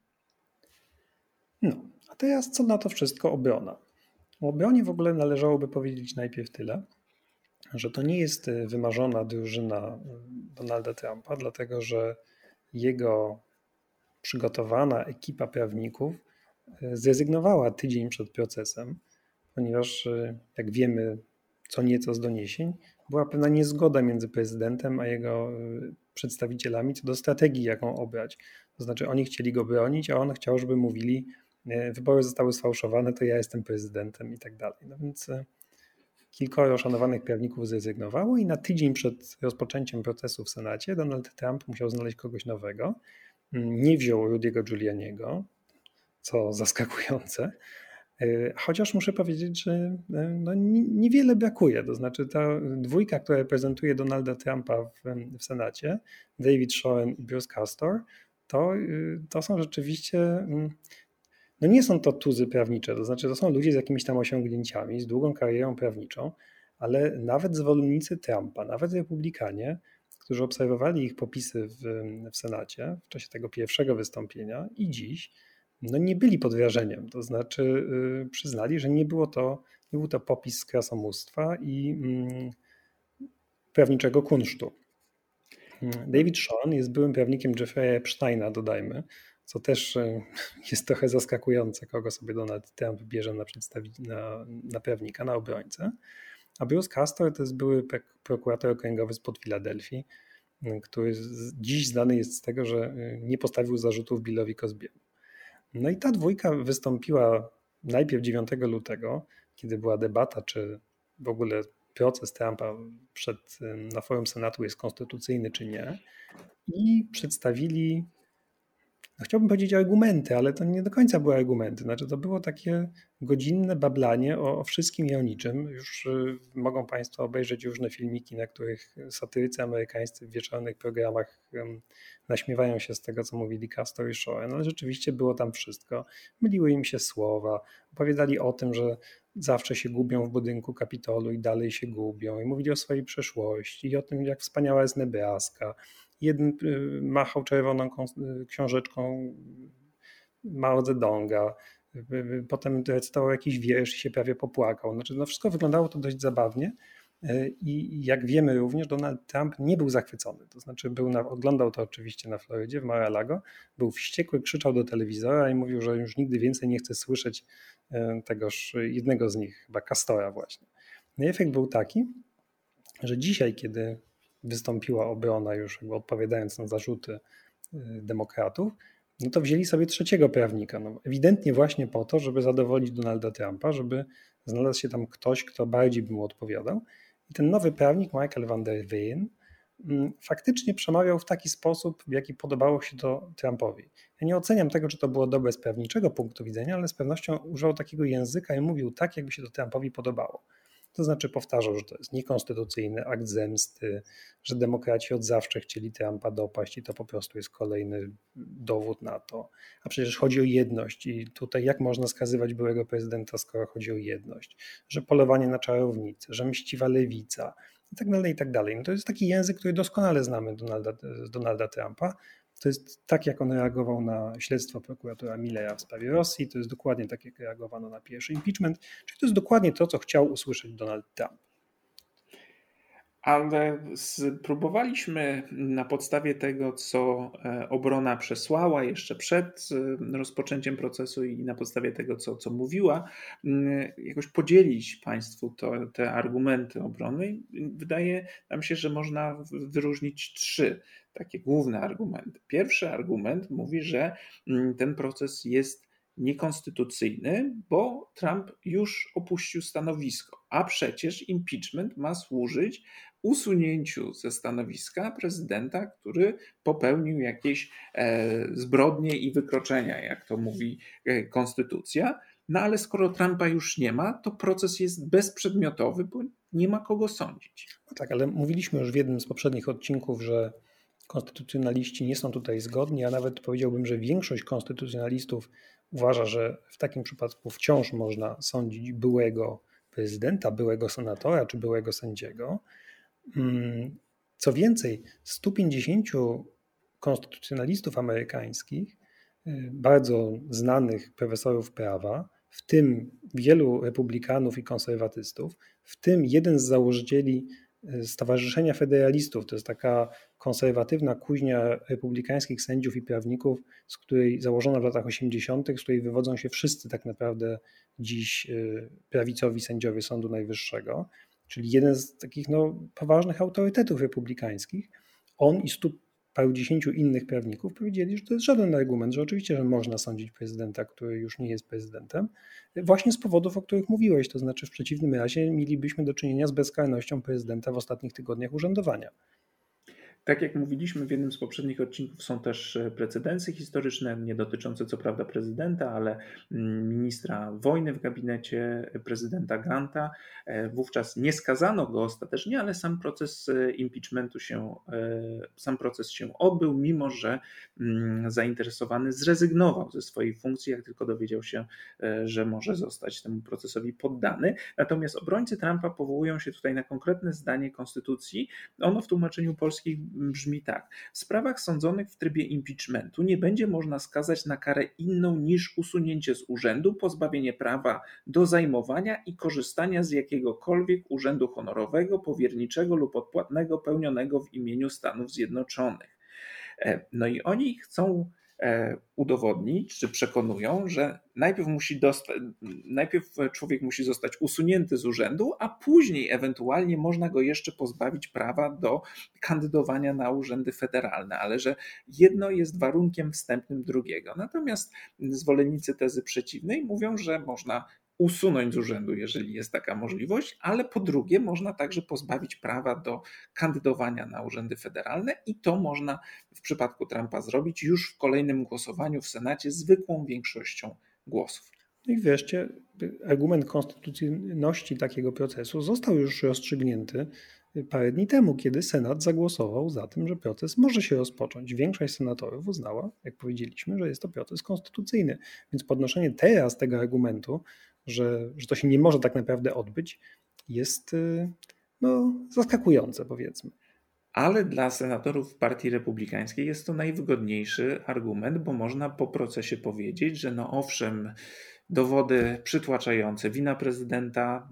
No, a teraz co na to wszystko obrona? O obronie w ogóle należałoby powiedzieć najpierw tyle, że to nie jest wymarzona drużyna Donalda Trumpa, dlatego że jego przygotowana ekipa prawników zrezygnowała tydzień przed procesem, ponieważ, jak wiemy co nieco z doniesień, była pewna niezgoda między prezydentem a jego przedstawicielami co do strategii, jaką obrać. To znaczy oni chcieli go bronić, a on chciał, żeby mówili, wybory zostały sfałszowane, to ja jestem prezydentem i tak dalej. No więc kilkoro szanowanych prawników zrezygnowało i na tydzień przed rozpoczęciem procesu w Senacie Donald Trump musiał znaleźć kogoś nowego. Nie wziął Rudiego Giulianiego, co zaskakujące, chociaż muszę powiedzieć, że no niewiele brakuje. To znaczy ta dwójka, która reprezentuje Donalda Trumpa w Senacie, David Schoen i Bruce Castor, to są rzeczywiście, no nie są to tuzy prawnicze, to znaczy to są ludzie z jakimiś tam osiągnięciami, z długą karierą prawniczą, ale nawet zwolennicy Trumpa, nawet republikanie, którzy obserwowali ich popisy w Senacie w czasie tego pierwszego wystąpienia i dziś, no nie byli pod wrażeniem. To znaczy przyznali, że nie był to popis z krasomóstwa i prawniczego kunsztu. David Schoen jest byłym prawnikiem Jeffrey'a Epsteina, dodajmy, co też jest trochę zaskakujące, kogo sobie Donald Trump bierze na prawnika, na obrońcę. A Bruce Castor to jest były prokurator okręgowy spod Filadelfii, który dziś znany jest z tego, że nie postawił zarzutów Billowi Cosby'emu. No i ta dwójka wystąpiła najpierw 9 lutego, kiedy była debata, czy w ogóle proces Trumpa na forum Senatu jest konstytucyjny, czy nie. I przedstawili, no chciałbym powiedzieć argumenty, ale to nie do końca były argumenty. Znaczy to było takie godzinne bablanie o wszystkim i o niczym. Już mogą Państwo obejrzeć różne filmiki, na których satyrycy amerykańscy w wieczornych programach naśmiewają się z tego, co mówili Castor i Schoen, ale rzeczywiście było tam wszystko. Myliły im się słowa, opowiadali o tym, że zawsze się gubią w budynku Kapitolu i dalej się gubią i mówili o swojej przeszłości i o tym, jak wspaniała jest Nebraska. Jeden machał czerwoną książeczką Mao Zedonga, potem recytował jakiś wiersz i się prawie popłakał. Znaczy, no wszystko wyglądało to dość zabawnie i jak wiemy również Donald Trump nie był zachwycony. To znaczy oglądał to oczywiście na Florydzie, w Mar-a-Lago, był wściekły, krzyczał do telewizora i mówił, że już nigdy więcej nie chce słyszeć tegoż jednego z nich, chyba Castora właśnie. No i efekt był taki, że dzisiaj, kiedy wystąpiła obrona już jakby odpowiadając na zarzuty demokratów, no to wzięli sobie trzeciego prawnika. No, ewidentnie właśnie po to, żeby zadowolić Donalda Trumpa, żeby znalazł się tam ktoś, kto bardziej by mu odpowiadał. I ten nowy prawnik, Michael van der Ween, faktycznie przemawiał w taki sposób, w jaki podobało się to Trumpowi. Ja nie oceniam tego, czy to było dobre z prawniczego punktu widzenia, ale z pewnością używał takiego języka i mówił tak, jakby się to Trumpowi podobało. To znaczy powtarzał, że to jest niekonstytucyjny akt zemsty, że demokraci od zawsze chcieli Trumpa dopaść i to po prostu jest kolejny dowód na to. A przecież chodzi o jedność i tutaj jak można skazywać byłego prezydenta, skoro chodzi o jedność? Że polowanie na czarownicę, że mściwa lewica i tak dalej, i tak dalej. No to jest taki język, który doskonale znamy z Donalda Trumpa. To jest tak, jak on reagował na śledztwo prokuratora Millera w sprawie Rosji, to jest dokładnie tak, jak reagowano na pierwszy impeachment, czyli to jest dokładnie to, co chciał usłyszeć Donald Trump. Ale spróbowaliśmy na podstawie tego, co obrona przesłała jeszcze przed rozpoczęciem procesu i na podstawie tego, co mówiła, jakoś podzielić Państwu te argumenty obrony. Wydaje nam się, że można wyróżnić 3 takie główne argumenty. Pierwszy argument mówi, że ten proces jest niekonstytucyjny, bo Trump już opuścił stanowisko, a przecież impeachment ma służyć usunięciu ze stanowiska prezydenta, który popełnił jakieś zbrodnie i wykroczenia, jak to mówi konstytucja. No ale skoro Trumpa już nie ma, to proces jest bezprzedmiotowy, bo nie ma kogo sądzić. No tak, ale mówiliśmy już w jednym z poprzednich odcinków, że konstytucjonaliści nie są tutaj zgodni, a nawet powiedziałbym, że większość konstytucjonalistów uważa, że w takim przypadku wciąż można sądzić byłego prezydenta, byłego senatora czy byłego sędziego. Co więcej, 150 konstytucjonalistów amerykańskich, bardzo znanych profesorów prawa, w tym wielu republikanów i konserwatystów, w tym jeden z założycieli Stowarzyszenia Federalistów, to jest taka konserwatywna kuźnia republikańskich sędziów i prawników, z której założona w latach 80., z której wywodzą się wszyscy tak naprawdę dziś prawicowi sędziowie Sądu Najwyższego, czyli jeden z takich poważnych autorytetów republikańskich. on i parudziesięciu innych prawników powiedzieli, że to jest żaden argument, że oczywiście, że można sądzić prezydenta, który już nie jest prezydentem, właśnie z powodów, o których mówiłeś, to znaczy w przeciwnym razie mielibyśmy do czynienia z bezkarnością prezydenta w ostatnich tygodniach urzędowania. Tak jak mówiliśmy w jednym z poprzednich odcinków, są też precedensy historyczne, nie dotyczące co prawda prezydenta, ale ministra wojny w gabinecie prezydenta Granta. Wówczas nie skazano go ostatecznie, ale sam proces impeachmentu sam proces się odbył, mimo że zainteresowany zrezygnował ze swojej funkcji, jak tylko dowiedział się, że może zostać temu procesowi poddany. Natomiast obrońcy Trumpa powołują się tutaj na konkretne zdanie Konstytucji. Ono w tłumaczeniu polskim brzmi tak. W sprawach sądzonych w trybie impeachmentu nie będzie można skazać na karę inną niż usunięcie z urzędu, pozbawienie prawa do zajmowania i korzystania z jakiegokolwiek urzędu honorowego, powierniczego lub odpłatnego pełnionego w imieniu Stanów Zjednoczonych. No i oni chcą udowodnić, czy przekonują, że najpierw człowiek musi zostać usunięty z urzędu, a później ewentualnie można go jeszcze pozbawić prawa do kandydowania na urzędy federalne, ale że jedno jest warunkiem wstępnym drugiego. Natomiast zwolennicy tezy przeciwnej mówią, że można usunąć z urzędu, jeżeli jest taka możliwość, ale po drugie można także pozbawić prawa do kandydowania na urzędy federalne i to można w przypadku Trumpa zrobić już w kolejnym głosowaniu w Senacie zwykłą większością głosów. No i wreszcie argument konstytucyjności takiego procesu został już rozstrzygnięty parę dni temu, kiedy Senat zagłosował za tym, że proces może się rozpocząć. Większość senatorów uznała, jak powiedzieliśmy, że jest to proces konstytucyjny. Więc podnoszenie teraz tego argumentu, że to się nie może tak naprawdę odbyć, jest zaskakujące, powiedzmy. Ale dla senatorów Partii Republikańskiej jest to najwygodniejszy argument, bo można po procesie powiedzieć, że no owszem, dowody przytłaczające, wina prezydenta,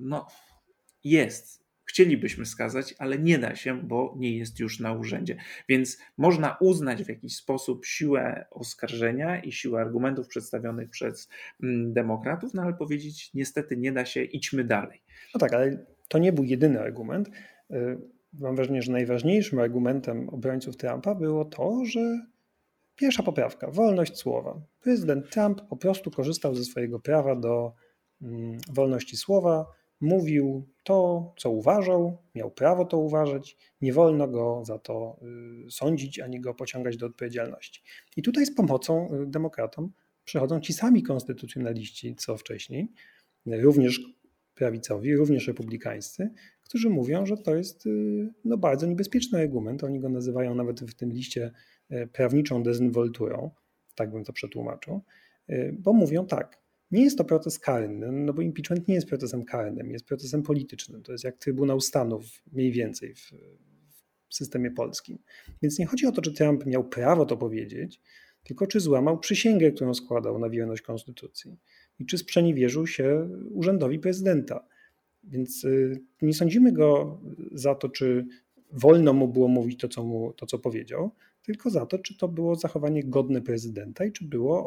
jest. Chcielibyśmy skazać, ale nie da się, bo nie jest już na urzędzie. Więc można uznać w jakiś sposób siłę oskarżenia i siłę argumentów przedstawionych przez demokratów, ale powiedzieć niestety nie da się, idźmy dalej. No tak, ale to nie był jedyny argument. Mam wrażenie, że najważniejszym argumentem obrońców Trumpa było to, że pierwsza poprawka, wolność słowa. Prezydent Trump po prostu korzystał ze swojego prawa do wolności słowa, mówił to, co uważał, miał prawo to uważać, nie wolno go za to sądzić, ani go pociągać do odpowiedzialności. I tutaj z pomocą demokratom przychodzą ci sami konstytucjonaliści, co wcześniej, również prawicowi, również republikańscy, którzy mówią, że to jest bardzo niebezpieczny argument. Oni go nazywają nawet w tym liście prawniczą dezynwolturą, tak bym to przetłumaczył, bo mówią tak, nie jest to proces karny, bo impeachment nie jest procesem karnym, jest procesem politycznym. To jest jak Trybunał Stanu mniej więcej w systemie polskim. Więc nie chodzi o to, czy Trump miał prawo to powiedzieć, tylko czy złamał przysięgę, którą składał na wierność konstytucji i czy sprzeniewierzył się urzędowi prezydenta. Więc nie sądzimy go za to, czy wolno mu było mówić to, co powiedział, tylko za to, czy to było zachowanie godne prezydenta i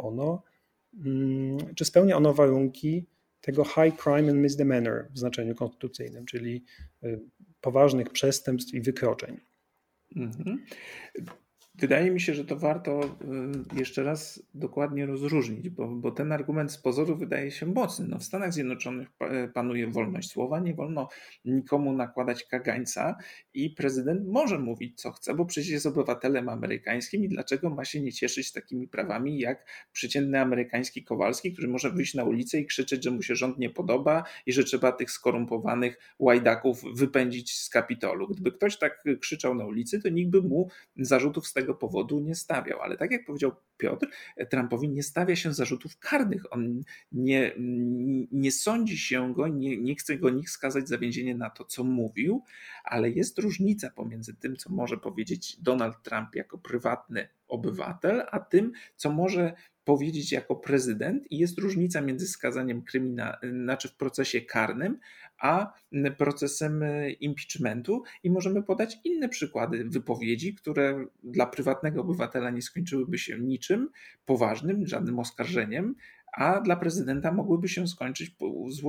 czy spełnia ono warunki tego high crime and misdemeanor w znaczeniu konstytucyjnym, czyli poważnych przestępstw i wykroczeń. Mhm. Wydaje mi się, że to warto jeszcze raz dokładnie rozróżnić, bo ten argument z pozoru wydaje się mocny. W Stanach Zjednoczonych panuje wolność słowa, nie wolno nikomu nakładać kagańca i prezydent może mówić co chce, bo przecież jest obywatelem amerykańskim i dlaczego ma się nie cieszyć takimi prawami jak przeciętny amerykański Kowalski, który może wyjść na ulicę i krzyczeć, że mu się rząd nie podoba i że trzeba tych skorumpowanych łajdaków wypędzić z Kapitolu. Gdyby ktoś tak krzyczał na ulicy, to nikt by mu zarzutów z tego powodu nie stawiał. Ale tak jak powiedział Piotr, Trumpowi nie stawia się zarzutów karnych. On nie sądzi się go, nie chce go nikt skazać za więzienie na to, co mówił, ale jest różnica pomiędzy tym, co może powiedzieć Donald Trump jako prywatny obywatel, a tym, co może powiedzieć jako prezydent i jest różnica między skazaniem w procesie karnym, a procesem impeachmentu i możemy podać inne przykłady wypowiedzi, które dla prywatnego obywatela nie skończyłyby się niczym poważnym, żadnym oskarżeniem, a dla prezydenta mogłyby się skończyć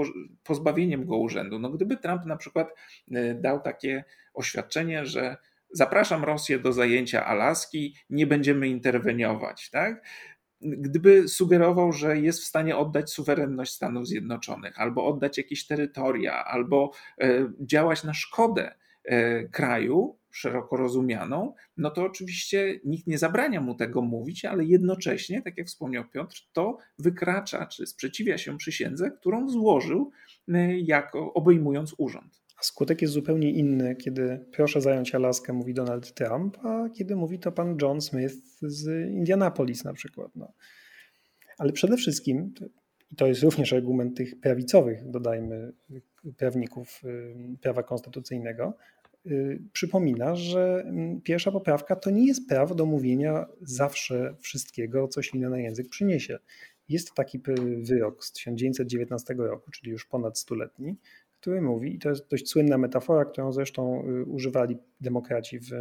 pozbawieniem go urzędu. Gdyby Trump na przykład dał takie oświadczenie, że zapraszam Rosję do zajęcia Alaski, nie będziemy interweniować, tak? Gdyby sugerował, że jest w stanie oddać suwerenność Stanów Zjednoczonych, albo oddać jakieś terytoria, albo działać na szkodę kraju, szeroko rozumianą, no to oczywiście nikt nie zabrania mu tego mówić, ale jednocześnie, tak jak wspomniał Piotr, to wykracza czy sprzeciwia się przysiędze, którą złożył jako obejmując urząd. A skutek jest zupełnie inny, kiedy proszę zająć Alaskę, mówi Donald Trump, a kiedy mówi to pan John Smith z Indianapolis na przykład. No. Ale przede wszystkim, i to jest również argument tych prawicowych, dodajmy, prawników prawa konstytucyjnego, przypomina, że pierwsza poprawka to nie jest prawo do mówienia zawsze wszystkiego, co ślina na język przyniesie. Jest taki wyrok z 1919 roku, czyli już ponad 100-letni, który mówi, i to jest dość słynna metafora, którą zresztą używali demokraci w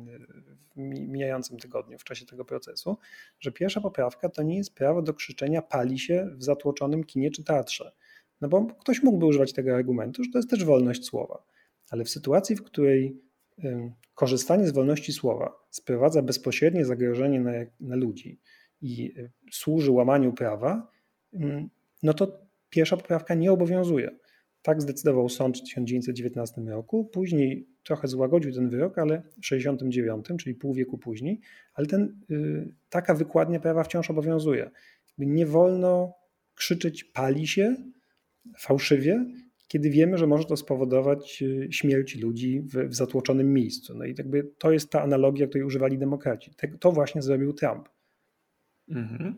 mijającym tygodniu w czasie tego procesu, że pierwsza poprawka to nie jest prawo do krzyczenia pali się w zatłoczonym kinie czy teatrze. No bo ktoś mógłby używać tego argumentu, że to jest też wolność słowa. Ale w sytuacji, w której korzystanie z wolności słowa sprowadza bezpośrednie zagrożenie na ludzi i służy łamaniu prawa, no to pierwsza poprawka nie obowiązuje. Tak zdecydował sąd w 1919 roku, później trochę złagodził ten wyrok, ale w 1969, czyli pół wieku później, ale taka wykładnia prawa wciąż obowiązuje. Nie wolno krzyczeć pali się fałszywie, kiedy wiemy, że może to spowodować śmierć ludzi w zatłoczonym miejscu. No i jakby to jest ta analogia, której używali demokraci. To właśnie zrobił Trump. Mhm.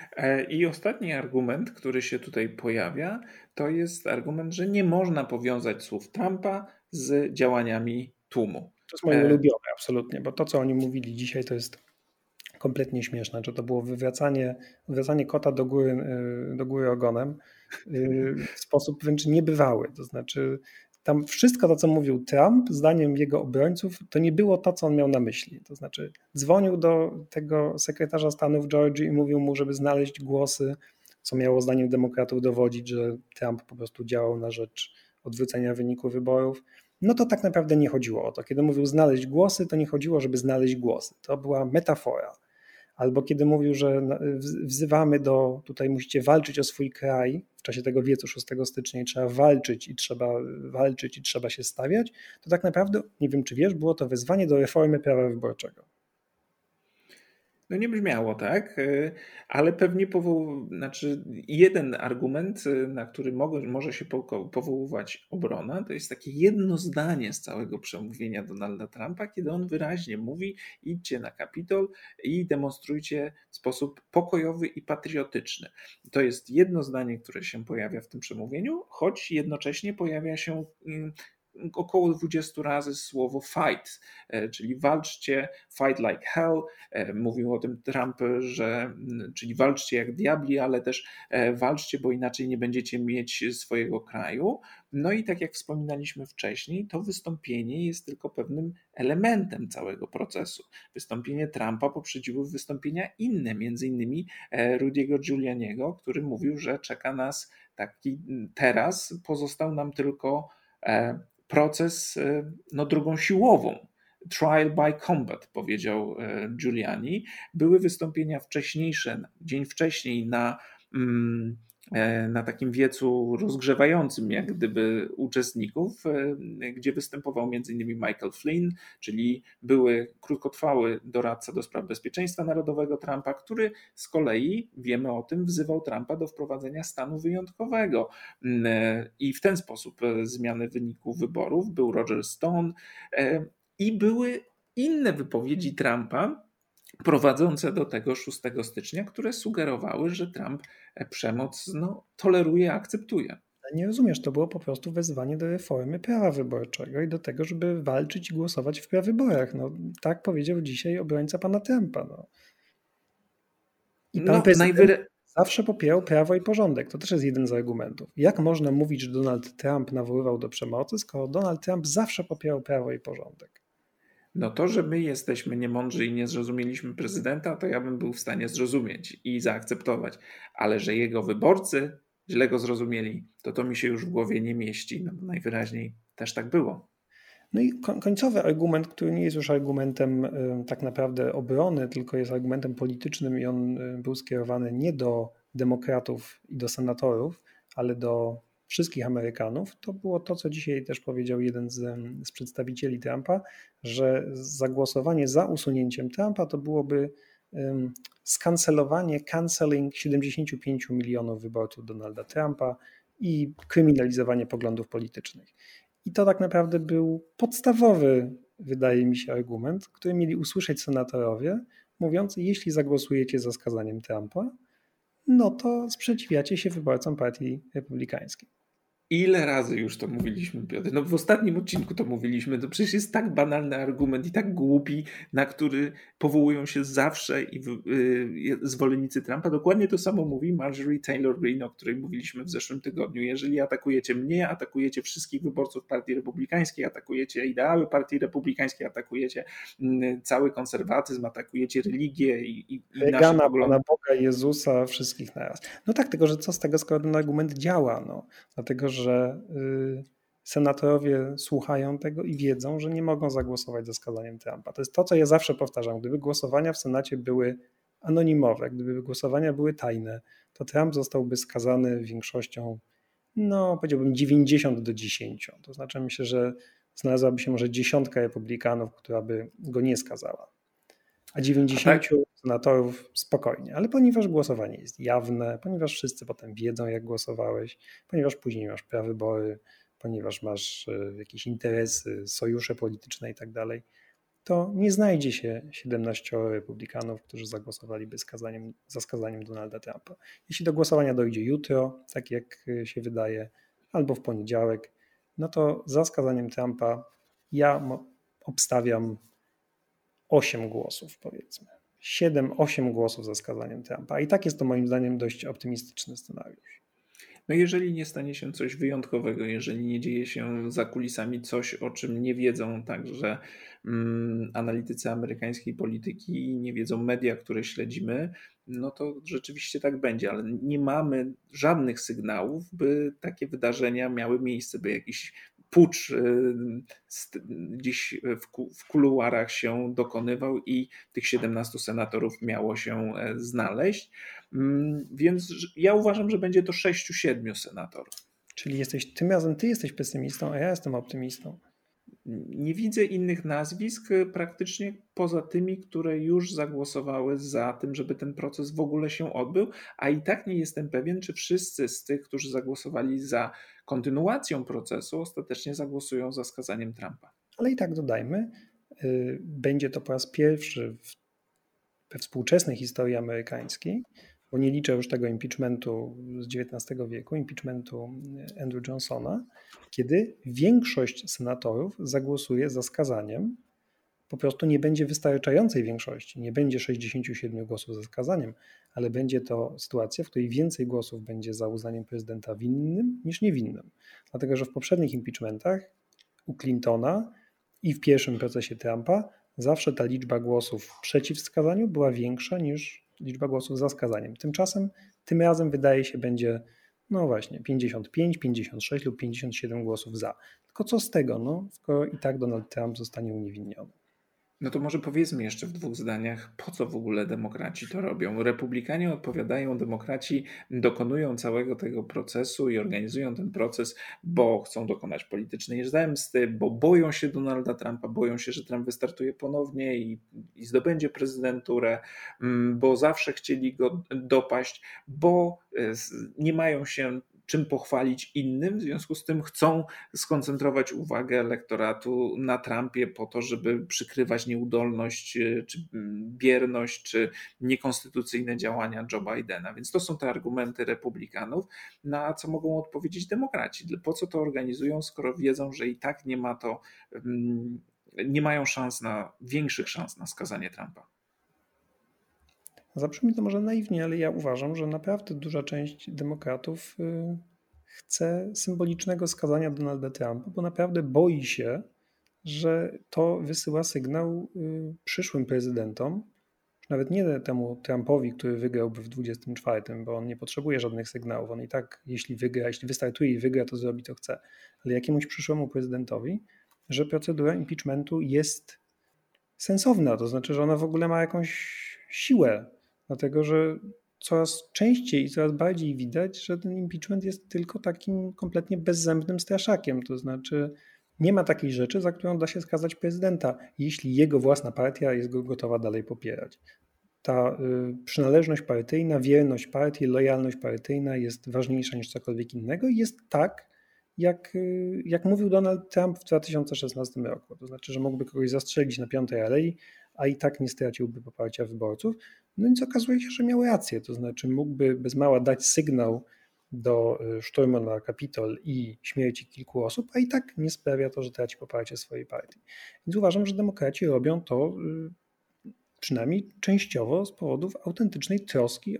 I ostatni argument, który się tutaj pojawia, to jest argument, że nie można powiązać słów Trumpa z działaniami tłumu. To jest moje ulubione, absolutnie, bo to, co oni mówili dzisiaj, to jest kompletnie śmieszne, że to było wywracanie kota do góry ogonem w sposób wręcz niebywały. To znaczy tam wszystko to, co mówił Trump, zdaniem jego obrońców, to nie było to, co on miał na myśli. To znaczy dzwonił do tego sekretarza stanu w Georgii i mówił mu, żeby znaleźć głosy, co miało zdaniem demokratów dowodzić, że Trump po prostu działał na rzecz odwrócenia wyniku wyborów. No to tak naprawdę nie chodziło o to. Kiedy mówił znaleźć głosy, to nie chodziło, żeby znaleźć głosy. To była metafora. Albo kiedy mówił, że wzywamy tutaj musicie walczyć o swój kraj w czasie tego wiecu 6 stycznia i trzeba walczyć i trzeba się stawiać, to tak naprawdę, nie wiem czy wiesz, było to wezwanie do reformy prawa wyborczego. No nie brzmiało tak, ale pewnie jeden argument, na który może się powoływać obrona, to jest takie jedno zdanie z całego przemówienia Donalda Trumpa, kiedy on wyraźnie mówi: idźcie na Kapitol i demonstrujcie w sposób pokojowy i patriotyczny. To jest jedno zdanie, które się pojawia w tym przemówieniu, choć jednocześnie pojawia się około 20 razy słowo fight, czyli walczcie, fight like hell. Mówił o tym Trump, czyli walczcie jak diabli, ale też walczcie, bo inaczej nie będziecie mieć swojego kraju. No i tak jak wspominaliśmy wcześniej, to wystąpienie jest tylko pewnym elementem całego procesu. Wystąpienie Trumpa poprzedziły wystąpienia inne, między innymi Rudiego Giulianiego, który mówił, że czeka nas teraz pozostał nam tylko proces drogą siłową. Trial by combat, powiedział Giuliani. Były wystąpienia wcześniejsze, dzień wcześniej na takim wiecu rozgrzewającym jak gdyby uczestników, gdzie występował m.in. Michael Flynn, czyli były krótkotrwały doradca do spraw bezpieczeństwa narodowego Trumpa, który z kolei, wiemy o tym, wzywał Trumpa do wprowadzenia stanu wyjątkowego i w ten sposób zmiany wyniku wyborów. Był Roger Stone i były inne wypowiedzi Trumpa prowadzące do tego 6 stycznia, które sugerowały, że Trump przemoc toleruje, akceptuje. Nie rozumiesz, to było po prostu wezwanie do reformy prawa wyborczego i do tego, żeby walczyć i głosować w prawyborach. Tak powiedział dzisiaj obrońca pana Trumpa. I pan prezydent zawsze popierał prawo i porządek. To też jest jeden z argumentów. Jak można mówić, że Donald Trump nawoływał do przemocy, skoro Donald Trump zawsze popierał prawo i porządek? No to, że my jesteśmy niemądrzy i nie zrozumieliśmy prezydenta, to ja bym był w stanie zrozumieć i zaakceptować, ale że jego wyborcy źle go zrozumieli, to mi się już w głowie nie mieści. Najwyraźniej też tak było. No i końcowy argument, który nie jest już argumentem tak naprawdę obrony, tylko jest argumentem politycznym i on był skierowany nie do demokratów i do senatorów, ale do wszystkich Amerykanów, to było to, co dzisiaj też powiedział jeden z przedstawicieli Trumpa, że zagłosowanie za usunięciem Trumpa to byłoby canceling 75 milionów wyborców Donalda Trumpa i kryminalizowanie poglądów politycznych. I to tak naprawdę był podstawowy, wydaje mi się, argument, który mieli usłyszeć senatorowie, mówiąc, jeśli zagłosujecie za skazaniem Trumpa, no to sprzeciwiacie się wyborcom Partii Republikańskiej. Ile razy już to mówiliśmy, Piotr? No w ostatnim odcinku to mówiliśmy. To przecież jest tak banalny argument i tak głupi, na który powołują się zawsze zwolennicy Trumpa. Dokładnie to samo mówi Marjorie Taylor Greene, o której mówiliśmy w zeszłym tygodniu. Jeżeli atakujecie mnie, atakujecie wszystkich wyborców Partii Republikańskiej, atakujecie ideały Partii Republikańskiej, atakujecie cały konserwatyzm, atakujecie religię i nasze poglądy. Pana Boga, Jezusa, wszystkich naraz. No tak, tylko że co z tego, skoro ten argument działa? No, dlatego, że senatorowie słuchają tego i wiedzą, że nie mogą zagłosować za skazaniem Trumpa. To jest to, co ja zawsze powtarzam. Gdyby głosowania w Senacie były anonimowe, gdyby głosowania były tajne, to Trump zostałby skazany większością, no powiedziałbym 90-10. To znaczy myślę, że znalazłaby się może 10 republikanów, która by go nie skazała. A 90 senatorów spokojnie, ale ponieważ głosowanie jest jawne, ponieważ wszyscy potem wiedzą, jak głosowałeś, ponieważ później masz prawybory, ponieważ masz jakieś interesy, sojusze polityczne i tak dalej, to nie znajdzie się 17 republikanów, którzy zagłosowaliby za skazaniem Donalda Trumpa. Jeśli do głosowania dojdzie jutro, tak jak się wydaje, albo w poniedziałek, no to za skazaniem Trumpa ja obstawiam 8 głosów, powiedzmy. 7-8 głosów za skazaniem Trumpa. I tak jest to moim zdaniem dość optymistyczny scenariusz. No jeżeli nie stanie się coś wyjątkowego, jeżeli nie dzieje się za kulisami coś, o czym nie wiedzą także analitycy amerykańskiej polityki i nie wiedzą media, które śledzimy, no to rzeczywiście tak będzie, ale nie mamy żadnych sygnałów, by takie wydarzenia miały miejsce, by jakiś pucz gdzieś w kuluarach się dokonywał i tych 17 senatorów miało się znaleźć. Więc ja uważam, że będzie to 6-7 senatorów. Czyli tym razem ty jesteś pesymistą, a ja jestem optymistą. Nie widzę innych nazwisk praktycznie poza tymi, które już zagłosowały za tym, żeby ten proces w ogóle się odbył, a i tak nie jestem pewien, czy wszyscy z tych, którzy zagłosowali za kontynuacją procesu, ostatecznie zagłosują za skazaniem Trumpa. Ale i tak dodajmy, będzie to po raz pierwszy we współczesnej historii amerykańskiej, bo nie liczę już tego impeachmentu z XIX wieku, impeachmentu Andrew Johnsona, kiedy większość senatorów zagłosuje za skazaniem, po prostu nie będzie wystarczającej większości, nie będzie 67 głosów za skazaniem, ale będzie to sytuacja, w której więcej głosów będzie za uznaniem prezydenta winnym niż niewinnym. Dlatego, że w poprzednich impeachmentach u Clintona i w pierwszym procesie Trumpa zawsze ta liczba głosów przeciw skazaniu była większa niż liczba głosów za skazaniem. Tymczasem tym razem wydaje się będzie, no właśnie, 55, 56 lub 57 głosów za. Tylko co z tego, no, skoro i tak Donald Trump zostanie uniewinniony. No to może powiedzmy jeszcze w 2 zdaniach, po co w ogóle demokraci to robią. Republikanie odpowiadają, demokraci dokonują całego tego procesu i organizują ten proces, bo chcą dokonać politycznej zemsty, bo boją się Donalda Trumpa, boją się, że Trump wystartuje ponownie i zdobędzie prezydenturę, bo zawsze chcieli go dopaść, bo nie mają się czym pochwalić innym, w związku z tym chcą skoncentrować uwagę elektoratu na Trumpie po to, żeby przykrywać nieudolność, czy bierność, czy niekonstytucyjne działania Joe Bidena. Więc to są te argumenty republikanów, na co mogą odpowiedzieć demokraci. Po co to organizują, skoro wiedzą, że i tak nie mają większych szans na skazanie Trumpa. Zabrzmi to może naiwnie, ale ja uważam, że naprawdę duża część demokratów chce symbolicznego skazania Donalda Trumpa, bo naprawdę boi się, że to wysyła sygnał przyszłym prezydentom, nawet nie temu Trumpowi, który wygrałby w 24, bo on nie potrzebuje żadnych sygnałów. On i tak, jeśli wystartuje i wygra, to zrobi co chce, ale jakiemuś przyszłemu prezydentowi, że procedura impeachmentu jest sensowna, to znaczy, że ona w ogóle ma jakąś siłę, dlatego że coraz częściej i coraz bardziej widać, że ten impeachment jest tylko takim kompletnie bezzębnym straszakiem, to znaczy nie ma takiej rzeczy, za którą da się skazać prezydenta, jeśli jego własna partia jest go gotowa dalej popierać. Ta przynależność partyjna, wierność partii, lojalność partyjna jest ważniejsza niż cokolwiek innego i jest tak, jak mówił Donald Trump w 2016 roku. To znaczy, że mógłby kogoś zastrzelić na Piątej Alei, a i tak nie straciłby poparcia wyborców. No więc okazuje się, że miał rację. To znaczy mógłby bez mała dać sygnał do szturmu na Kapitol i śmierci kilku osób, a i tak nie sprawia to, że traci poparcie swojej partii. Więc uważam, że demokraci robią to przynajmniej częściowo z powodów autentycznej troski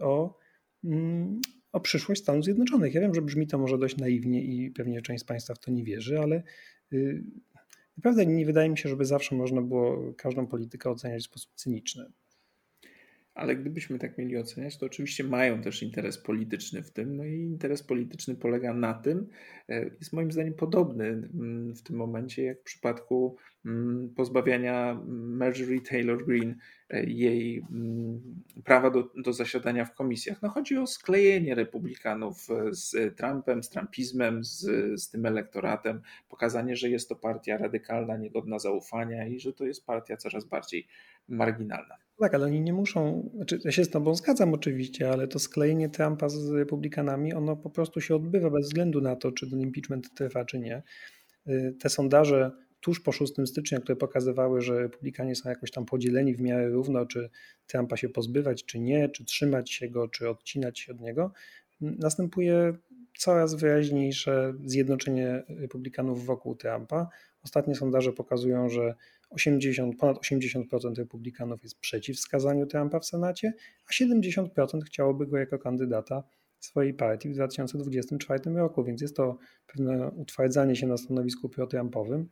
o przyszłość Stanów Zjednoczonych. Ja wiem, że brzmi to może dość naiwnie i pewnie część z Państwa w to nie wierzy, ale naprawdę nie wydaje mi się, żeby zawsze można było każdą politykę oceniać w sposób cyniczny. Ale gdybyśmy tak mieli oceniać, to oczywiście mają też interes polityczny w tym. No i interes polityczny polega na tym, jest moim zdaniem podobny w tym momencie, jak w przypadku pozbawiania Marjorie Taylor Greene jej prawa do zasiadania w komisjach. No chodzi o sklejenie republikanów z Trumpem, z trumpizmem, z tym elektoratem, pokazanie, że jest to partia radykalna, niegodna zaufania i że to jest partia coraz bardziej marginalna. Tak, ale oni nie muszą, znaczy ja się z tobą zgadzam oczywiście, ale to sklejenie Trumpa z republikanami, ono po prostu się odbywa bez względu na to, czy ten impeachment trwa, czy nie. Te sondaże tuż po 6 stycznia, które pokazywały, że republikanie są jakoś tam podzieleni w miarę równo, czy Trumpa się pozbywać, czy nie, czy trzymać się go, czy odcinać się od niego, następuje coraz wyraźniejsze zjednoczenie republikanów wokół Trumpa. Ostatnie sondaże pokazują, że ponad 80% republikanów jest przeciw wskazaniu Trumpa w Senacie, a 70% chciałoby go jako kandydata swojej partii w 2024 roku, więc jest to pewne utwardzanie się na stanowisku pro-trumpowym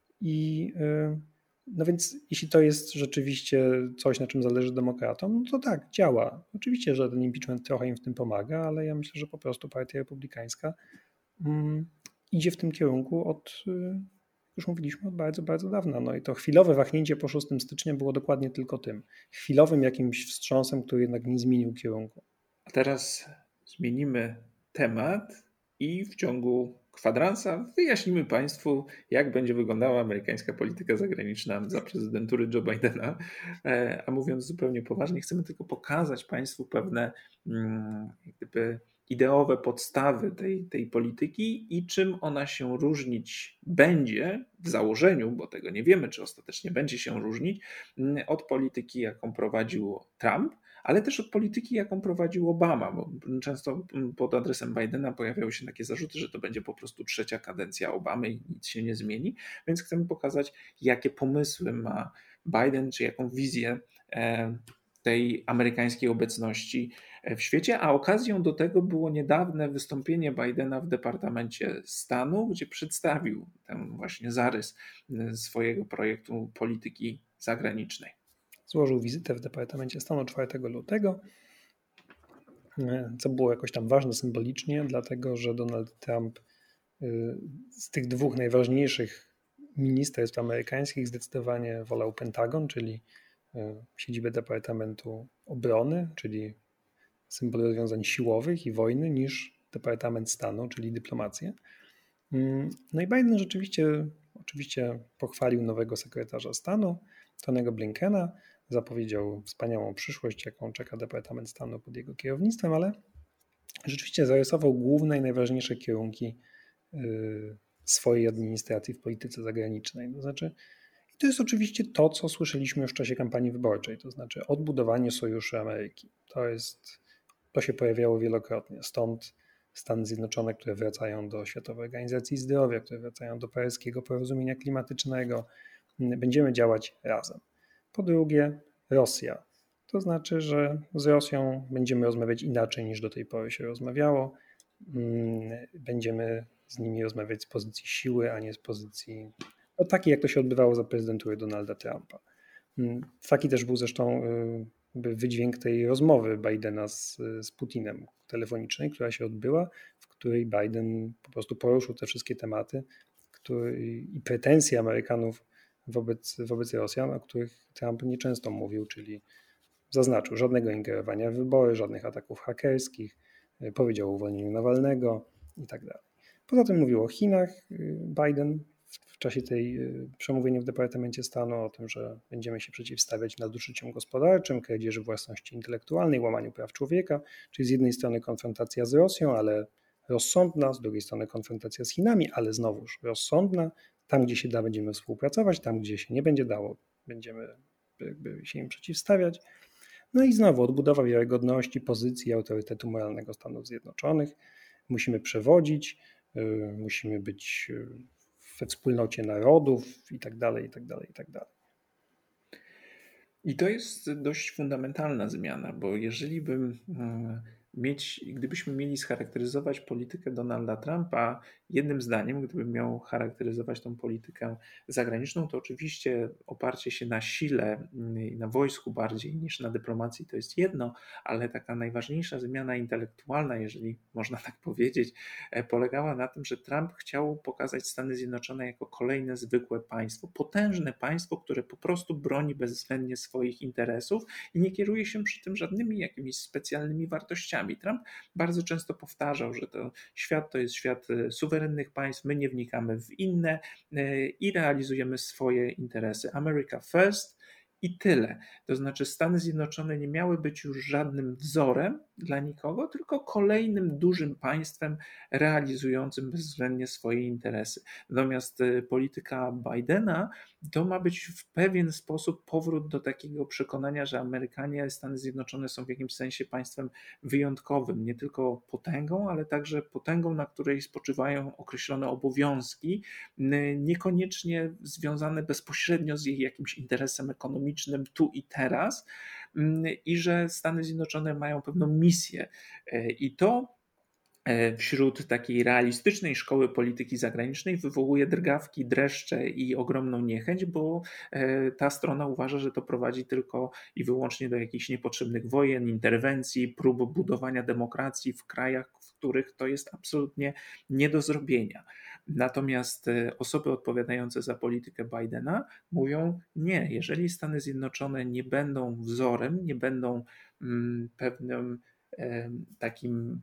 no więc jeśli to jest rzeczywiście coś, na czym zależy demokratom, no to tak, działa. Oczywiście, że ten impeachment trochę im w tym pomaga, ale ja myślę, że po prostu partia republikańska idzie w tym kierunku już mówiliśmy, od bardzo, bardzo dawna. No i to chwilowe wahnięcie po 6 stycznia było dokładnie tylko tym. Chwilowym jakimś wstrząsem, który jednak nie zmienił kierunku. A teraz zmienimy temat i w ciągu kwadransa wyjaśnimy Państwu, jak będzie wyglądała amerykańska polityka zagraniczna za prezydentury Joe Bidena. A mówiąc zupełnie poważnie, chcemy tylko pokazać Państwu pewne jak gdyby ideowe podstawy tej polityki i czym ona się różnić będzie w założeniu, bo tego nie wiemy, czy ostatecznie będzie się różnić, od polityki, jaką prowadził Trump, ale też od polityki, jaką prowadził Obama, bo często pod adresem Bidena pojawiały się takie zarzuty, że to będzie po prostu trzecia kadencja Obamy i nic się nie zmieni, więc chcemy pokazać, jakie pomysły ma Biden, czy jaką wizję tej amerykańskiej obecności w świecie, a okazją do tego było niedawne wystąpienie Bidena w Departamencie Stanu, gdzie przedstawił ten właśnie zarys swojego projektu polityki zagranicznej. Złożył wizytę w Departamencie Stanu 4 lutego, co było jakoś tam ważne symbolicznie, dlatego że Donald Trump z tych dwóch najważniejszych ministerstw amerykańskich zdecydowanie wolał Pentagon, czyli siedzibę Departamentu Obrony, czyli symbol rozwiązań siłowych i wojny, niż Departament Stanu, czyli dyplomację. No i Biden rzeczywiście oczywiście pochwalił nowego sekretarza stanu, Tonego Blinkena, zapowiedział wspaniałą przyszłość, jaką czeka Departament Stanu pod jego kierownictwem, ale rzeczywiście zarysował główne i najważniejsze kierunki swojej administracji w polityce zagranicznej. To znaczy, i to jest oczywiście to, co słyszeliśmy już w czasie kampanii wyborczej, to znaczy odbudowanie sojuszu Ameryki. To się pojawiało wielokrotnie. Stąd Stany Zjednoczone, które wracają do Światowej Organizacji Zdrowia, które wracają do paryskiego porozumienia klimatycznego. Będziemy działać razem. Po drugie, Rosja. To znaczy, że z Rosją będziemy rozmawiać inaczej niż do tej pory się rozmawiało. Będziemy z nimi rozmawiać z pozycji siły, a nie z pozycji takiej, jak to się odbywało za prezydentury Donalda Trumpa. Taki też był zresztą wydźwięk tej rozmowy Bidena z Putinem telefonicznej, która się odbyła, w której Biden po prostu poruszył te wszystkie tematy, i pretensje Amerykanów wobec Rosjan, o których Trump nieczęsto mówił, czyli zaznaczył żadnego ingerowania w wybory, żadnych ataków hakerskich, powiedział o uwolnieniu Nawalnego i tak dalej. Poza tym mówił o Chinach Biden w czasie tej przemówienia w Departamencie Stanu, o tym, że będziemy się przeciwstawiać nadużyciom gospodarczym, kradzieży własności intelektualnej, łamaniu praw człowieka, czyli z jednej strony konfrontacja z Rosją, ale rozsądna, z drugiej strony konfrontacja z Chinami, ale znowuż rozsądna. Tam, gdzie się da, będziemy współpracować, tam, gdzie się nie będzie dało, będziemy jakby się im przeciwstawiać. No i znowu odbudowa wiarygodności, pozycji i autorytetu moralnego Stanów Zjednoczonych. Musimy przewodzić, musimy być we wspólnocie narodów i tak dalej, i tak dalej, i tak dalej. I to jest dość fundamentalna zmiana, bo gdybyśmy mieli scharakteryzować politykę Donalda Trumpa jednym zdaniem, gdybym miał charakteryzować tą politykę zagraniczną, to oczywiście oparcie się na sile i na wojsku bardziej niż na dyplomacji to jest jedno, ale taka najważniejsza zmiana intelektualna, jeżeli można tak powiedzieć, polegała na tym, że Trump chciał pokazać Stany Zjednoczone jako kolejne zwykłe państwo, potężne państwo, które po prostu broni bezwzględnie swoich interesów i nie kieruje się przy tym żadnymi jakimiś specjalnymi wartościami. Trump bardzo często powtarzał, że świat to jest świat suwerennych państw, my nie wnikamy w inne i realizujemy swoje interesy. America first i tyle. To znaczy Stany Zjednoczone nie miały być już żadnym wzorem dla nikogo, tylko kolejnym dużym państwem realizującym bezwzględnie swoje interesy. Natomiast polityka Bidena to ma być w pewien sposób powrót do takiego przekonania, że Amerykanie, Stany Zjednoczone są w jakimś sensie państwem wyjątkowym, nie tylko potęgą, ale także potęgą, na której spoczywają określone obowiązki, niekoniecznie związane bezpośrednio z jej jakimś interesem ekonomicznym tu i teraz, i że Stany Zjednoczone mają pewną misję. I to wśród takiej realistycznej szkoły polityki zagranicznej wywołuje drgawki, dreszcze i ogromną niechęć, bo ta strona uważa, że to prowadzi tylko i wyłącznie do jakichś niepotrzebnych wojen, interwencji, prób budowania demokracji w krajach, w których to jest absolutnie nie do zrobienia. Natomiast osoby odpowiadające za politykę Bidena mówią nie, jeżeli Stany Zjednoczone nie będą wzorem, nie będą pewnym takim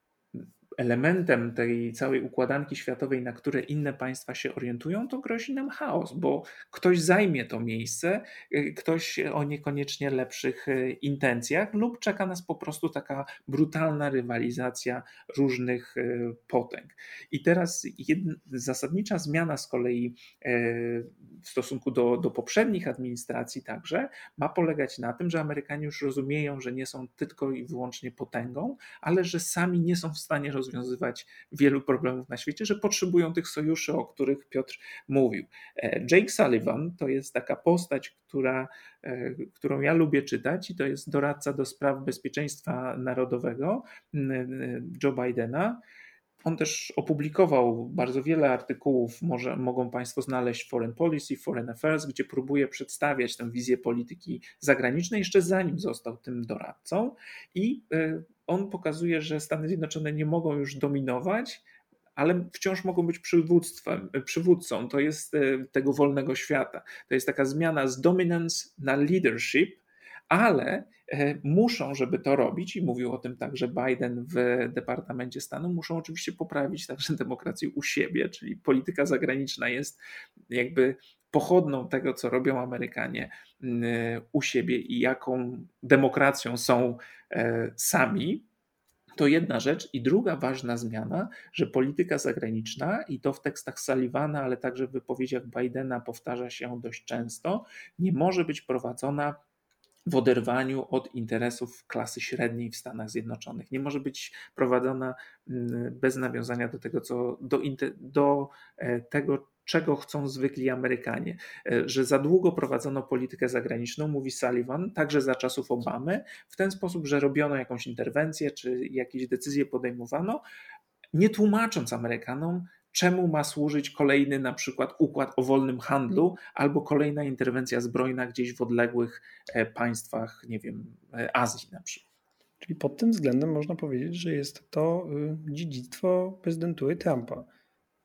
elementem tej całej układanki światowej, na które inne państwa się orientują, to grozi nam chaos, bo ktoś zajmie to miejsce, ktoś o niekoniecznie lepszych intencjach lub czeka nas po prostu taka brutalna rywalizacja różnych potęg. I teraz zasadnicza zmiana z kolei w stosunku do poprzednich administracji także ma polegać na tym, że Amerykanie już rozumieją, że nie są tylko i wyłącznie potęgą, ale że sami nie są w stanie rozwiązywać wielu problemów na świecie, że potrzebują tych sojuszy, o których Piotr mówił. Jake Sullivan to jest taka postać, którą ja lubię czytać i to jest doradca do spraw bezpieczeństwa narodowego Joe Bidena. On też opublikował bardzo wiele artykułów, mogą Państwo znaleźć Foreign Policy, Foreign Affairs, gdzie próbuje przedstawiać tę wizję polityki zagranicznej jeszcze zanim został tym doradcą i on pokazuje, że Stany Zjednoczone nie mogą już dominować, ale wciąż mogą być przywódcą. To jest tego wolnego świata. To jest taka zmiana z dominance na leadership, ale muszą, żeby to robić, i mówił o tym także Biden w Departamencie Stanu, muszą oczywiście poprawić także demokrację u siebie, czyli polityka zagraniczna jest jakby pochodną tego, co robią Amerykanie u siebie i jaką demokracją są sami. To jedna rzecz. I druga ważna zmiana, że polityka zagraniczna, i to w tekstach Sullivana, ale także w wypowiedziach Bidena powtarza się dość często, nie może być prowadzona w oderwaniu od interesów klasy średniej w Stanach Zjednoczonych. Nie może być prowadzona bez nawiązania do tego, do tego, czego chcą zwykli Amerykanie. Że za długo prowadzono politykę zagraniczną, mówi Sullivan, także za czasów Obamy, w ten sposób, że robiono jakąś interwencję, czy jakieś decyzje podejmowano, nie tłumacząc Amerykanom, czemu ma służyć kolejny na przykład układ o wolnym handlu albo kolejna interwencja zbrojna gdzieś w odległych państwach, nie wiem, Azji na przykład. Czyli pod tym względem można powiedzieć, że jest to dziedzictwo prezydentury Trumpa.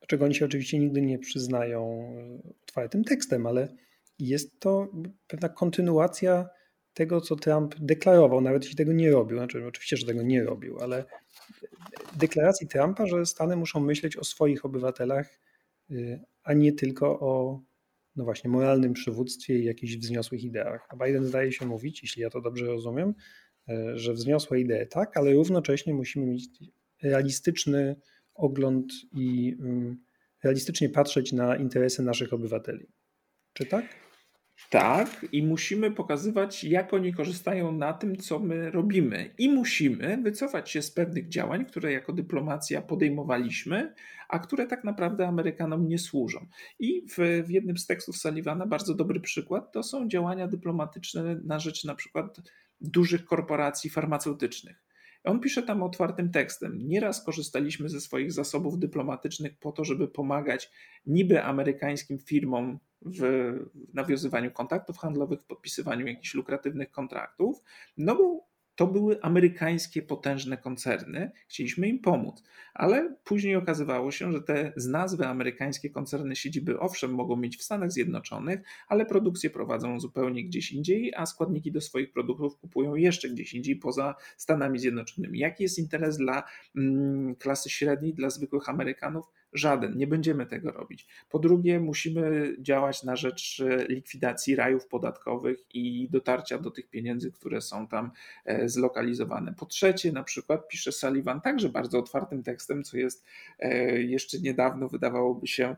czego oni się oczywiście nigdy nie przyznają otwartym tekstem, ale jest to pewna kontynuacja tego, co Trump deklarował, nawet jeśli tego nie robił. Znaczy, oczywiście, że tego nie robił, ale deklaracji Trumpa, że Stany muszą myśleć o swoich obywatelach, a nie tylko o no właśnie, moralnym przywództwie i jakichś wzniosłych ideach. A Biden zdaje się mówić, jeśli ja to dobrze rozumiem, że wzniosłe idee tak, ale równocześnie musimy mieć realistyczny ogląd i realistycznie patrzeć na interesy naszych obywateli. Czy tak? Tak, i musimy pokazywać, jak oni korzystają na tym, co my robimy. I musimy wycofać się z pewnych działań, które jako dyplomacja podejmowaliśmy, a które tak naprawdę Amerykanom nie służą. I w jednym z tekstów Sullivana bardzo dobry przykład to są działania dyplomatyczne na rzecz na przykład dużych korporacji farmaceutycznych. On pisze tam otwartym tekstem. Nieraz korzystaliśmy ze swoich zasobów dyplomatycznych po to, żeby pomagać niby amerykańskim firmom w nawiązywaniu kontaktów handlowych, w podpisywaniu jakichś lukratywnych kontraktów, no bo to były amerykańskie potężne koncerny, chcieliśmy im pomóc, ale później okazywało się, że te z nazwy amerykańskie koncerny siedziby owszem mogą mieć w Stanach Zjednoczonych, ale produkcję prowadzą zupełnie gdzieś indziej, a składniki do swoich produktów kupują jeszcze gdzieś indziej poza Stanami Zjednoczonymi. Jaki jest interes dla klasy średniej, dla zwykłych Amerykanów? Żaden, nie będziemy tego robić. Po drugie, musimy działać na rzecz likwidacji rajów podatkowych i dotarcia do tych pieniędzy, które są tam zlokalizowane. Po trzecie, na przykład pisze Sullivan także bardzo otwartym tekstem, co jest jeszcze niedawno wydawałoby się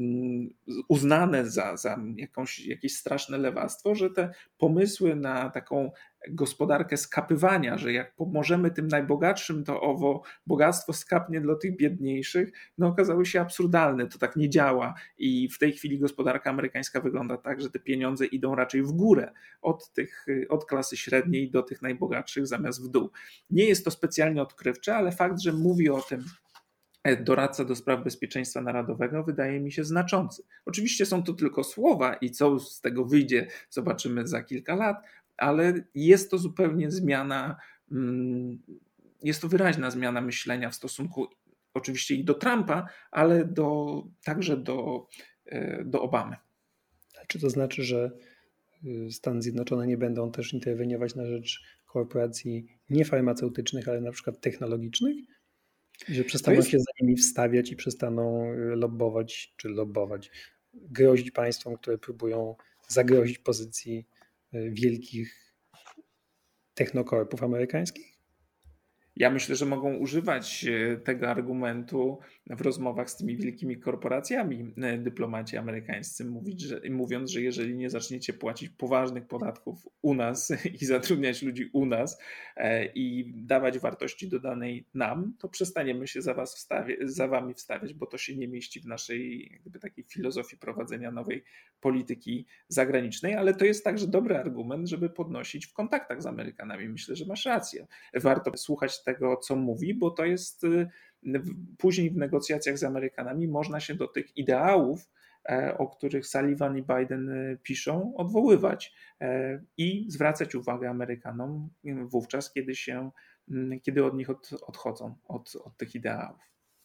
uznane za jakieś straszne lewactwo, że te pomysły na taką gospodarkę skapywania, że jak pomożemy tym najbogatszym, to owo bogactwo skapnie dla tych biedniejszych, no okazały się absurdalne. To tak nie działa i w tej chwili gospodarka amerykańska wygląda tak, że te pieniądze idą raczej w górę od klasy średniej do tych najbogatszych zamiast w dół. Nie jest to specjalnie odkrywcze, ale fakt, że mówi o tym doradca do spraw bezpieczeństwa narodowego wydaje mi się znaczący. Oczywiście są to tylko słowa i co z tego wyjdzie, zobaczymy za kilka lat, ale jest to zupełnie zmiana, jest to wyraźna zmiana myślenia w stosunku oczywiście i do Trumpa, ale także do Obamy. Czy to znaczy, że Stany Zjednoczone nie będą też interweniować na rzecz korporacji niefarmaceutycznych, ale na przykład technologicznych? I że przestaną się za nimi wstawiać i przestaną lobbować, grozić państwom, które próbują zagrozić pozycji wielkich technokorpów amerykańskich? Ja myślę, że mogą używać tego argumentu w rozmowach z tymi wielkimi korporacjami dyplomaci amerykańscy, mówiąc, że jeżeli nie zaczniecie płacić poważnych podatków u nas i zatrudniać ludzi u nas i dawać wartości dodanej nam, to przestaniemy się za wami wstawiać, bo to się nie mieści w naszej jakby takiej filozofii prowadzenia nowej polityki zagranicznej, ale to jest także dobry argument, żeby podnosić w kontaktach z Amerykanami. Myślę, że masz rację. Warto słuchać tego, co mówi, bo to jest później w negocjacjach z Amerykanami można się do tych ideałów, o których Sullivan i Biden piszą, odwoływać i zwracać uwagę Amerykanom wówczas, kiedy od nich odchodzą, od tych ideałów.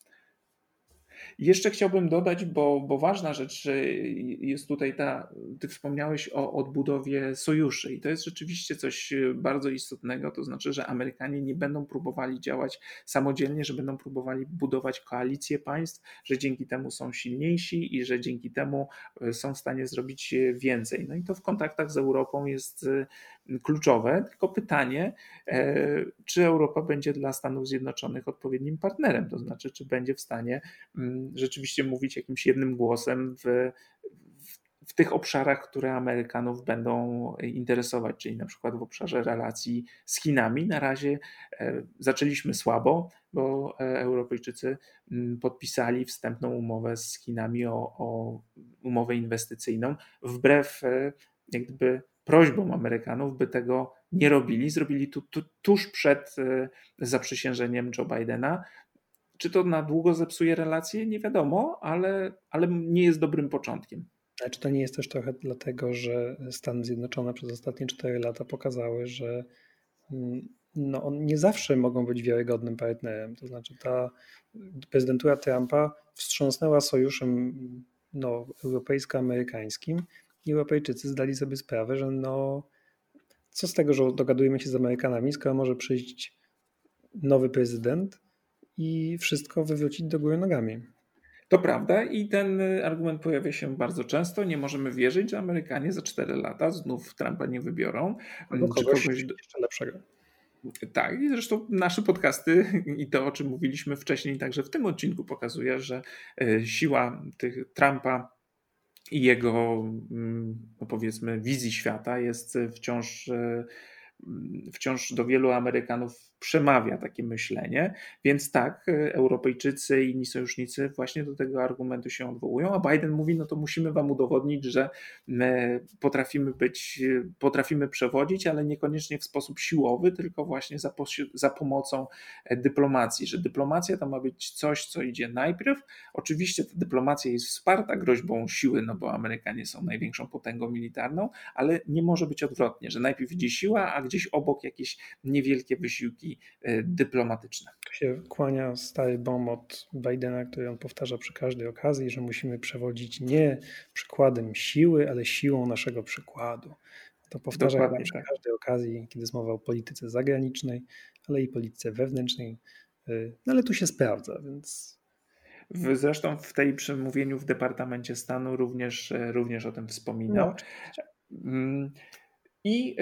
Jeszcze chciałbym dodać, bo ważna rzecz jest tutaj ty wspomniałeś o odbudowie sojuszy i to jest rzeczywiście coś bardzo istotnego, to znaczy, że Amerykanie nie będą próbowali działać samodzielnie, że będą próbowali budować koalicje państw, że dzięki temu są silniejsi i że dzięki temu są w stanie zrobić więcej. No i to w kontaktach z Europą jest kluczowe, tylko pytanie, czy Europa będzie dla Stanów Zjednoczonych odpowiednim partnerem, to znaczy, czy będzie w stanie rzeczywiście mówić jakimś jednym głosem w tych obszarach, które Amerykanów będą interesować, czyli na przykład w obszarze relacji z Chinami. Na razie zaczęliśmy słabo, bo Europejczycy podpisali wstępną umowę z Chinami o umowę inwestycyjną, wbrew jakby prośbom Amerykanów, by tego nie robili. Zrobili to tuż przed zaprzysiężeniem Joe Bidena. Czy to na długo zepsuje relacje? Nie wiadomo, ale nie jest dobrym początkiem. A czy to nie jest też trochę dlatego, że Stany Zjednoczone przez ostatnie 4 lata pokazały, że no, on nie zawsze mogą być wiarygodnym partnerem. To znaczy ta prezydentura Trumpa wstrząsnęła sojuszem europejsko-amerykańskim i Europejczycy zdali sobie sprawę, że co z tego, że dogadujemy się z Amerykanami, skoro może przyjść nowy prezydent i wszystko wywrócić do góry nogami. To prawda i ten argument pojawia się bardzo często. Nie możemy wierzyć, że Amerykanie za 4 lata znów Trumpa nie wybiorą. Albo Czy kogoś kogoś... jeszcze lepszego. Tak, i zresztą nasze podcasty i to, o czym mówiliśmy wcześniej, także w tym odcinku pokazuje, że siła tych Trumpa i jego, no powiedzmy, wizji świata jest wciąż do wielu Amerykanów przemawia takie myślenie, więc tak, Europejczycy i inni sojusznicy właśnie do tego argumentu się odwołują, a Biden mówi, no to musimy wam udowodnić, że potrafimy przewodzić, ale niekoniecznie w sposób siłowy, tylko właśnie za pomocą dyplomacji, że dyplomacja to ma być coś, co idzie najpierw. Oczywiście ta dyplomacja jest wsparta groźbą siły, no bo Amerykanie są największą potęgą militarną, ale nie może być odwrotnie, że najpierw idzie siła, a gdzieś obok jakieś niewielkie wysiłki dyplomatyczne. Tu się kłania stary bomb od Bidena, który on powtarza przy każdej okazji, że musimy przewodzić nie przykładem siły, ale siłą naszego przykładu. To powtarza przy każdej okazji, kiedy jest mowa o polityce zagranicznej, ale i polityce wewnętrznej. No ale tu się sprawdza, więc... Zresztą w tej przemówieniu w Departamencie Stanu również o tym wspominał. No, i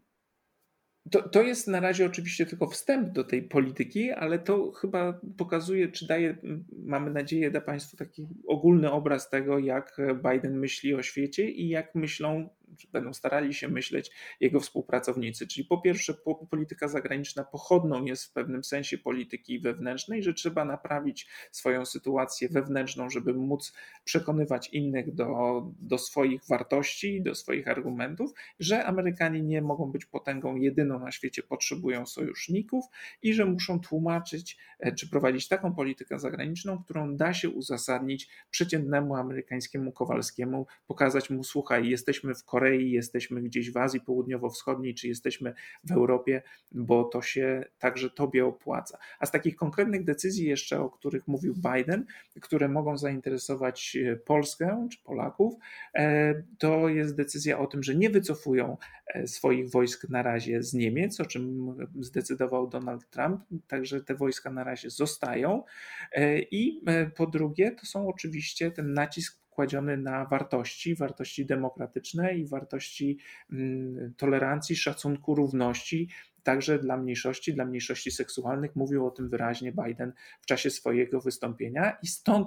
to jest na razie oczywiście tylko wstęp do tej polityki, ale to chyba pokazuje, czy daje, mamy nadzieję, da Państwu taki ogólny obraz tego, jak Biden myśli o świecie i jak myślą, czy będą starali się myśleć jego współpracownicy. Czyli po pierwsze polityka zagraniczna pochodną jest w pewnym sensie polityki wewnętrznej, że trzeba naprawić swoją sytuację wewnętrzną, żeby móc przekonywać innych do swoich wartości, do swoich argumentów, że Amerykanie nie mogą być potęgą jedyną na świecie, potrzebują sojuszników i że muszą tłumaczyć czy prowadzić taką politykę zagraniczną, którą da się uzasadnić przeciętnemu amerykańskiemu Kowalskiemu, pokazać mu, słuchaj, jesteśmy w Korei, jesteśmy gdzieś w Azji Południowo-Wschodniej, czy jesteśmy w Europie, bo to się także tobie opłaca. A z takich konkretnych decyzji jeszcze, o których mówił Biden, które mogą zainteresować Polskę czy Polaków, to jest decyzja o tym, że nie wycofują swoich wojsk na razie z Niemiec, o czym zdecydował Donald Trump, także te wojska na razie zostają. I po drugie, to są oczywiście ten nacisk kładziony na wartości demokratyczne i wartości tolerancji, szacunku, równości, także dla mniejszości seksualnych. Mówił o tym wyraźnie Biden w czasie swojego wystąpienia i stąd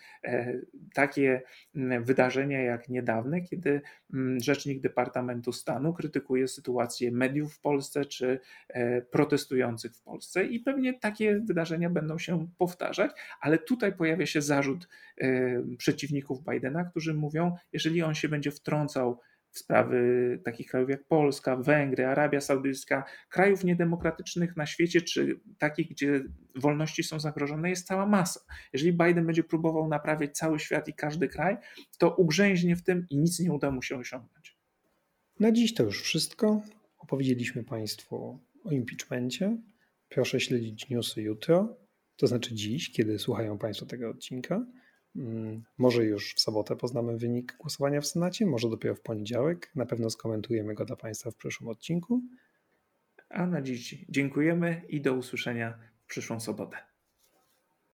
takie wydarzenia jak niedawne, kiedy rzecznik Departamentu Stanu krytykuje sytuację mediów w Polsce czy protestujących w Polsce i pewnie takie wydarzenia będą się powtarzać, ale tutaj pojawia się zarzut przeciwników Bidena, którzy mówią, jeżeli on się będzie wtrącał w sprawy takich krajów jak Polska, Węgry, Arabia Saudyjska, krajów niedemokratycznych na świecie, czy takich, gdzie wolności są zagrożone, jest cała masa. Jeżeli Biden będzie próbował naprawiać cały świat i każdy kraj, to ugrzęźnie w tym i nic nie uda mu się osiągnąć. Na dziś to już wszystko. Opowiedzieliśmy Państwu o impeachmencie. Proszę śledzić newsy jutro, to znaczy dziś, kiedy słuchają Państwo tego odcinka. Może już w sobotę poznamy wynik głosowania w Senacie, może dopiero w poniedziałek. Na pewno skomentujemy go dla Państwa w przyszłym odcinku. A na dziś dziękujemy i do usłyszenia w przyszłą sobotę.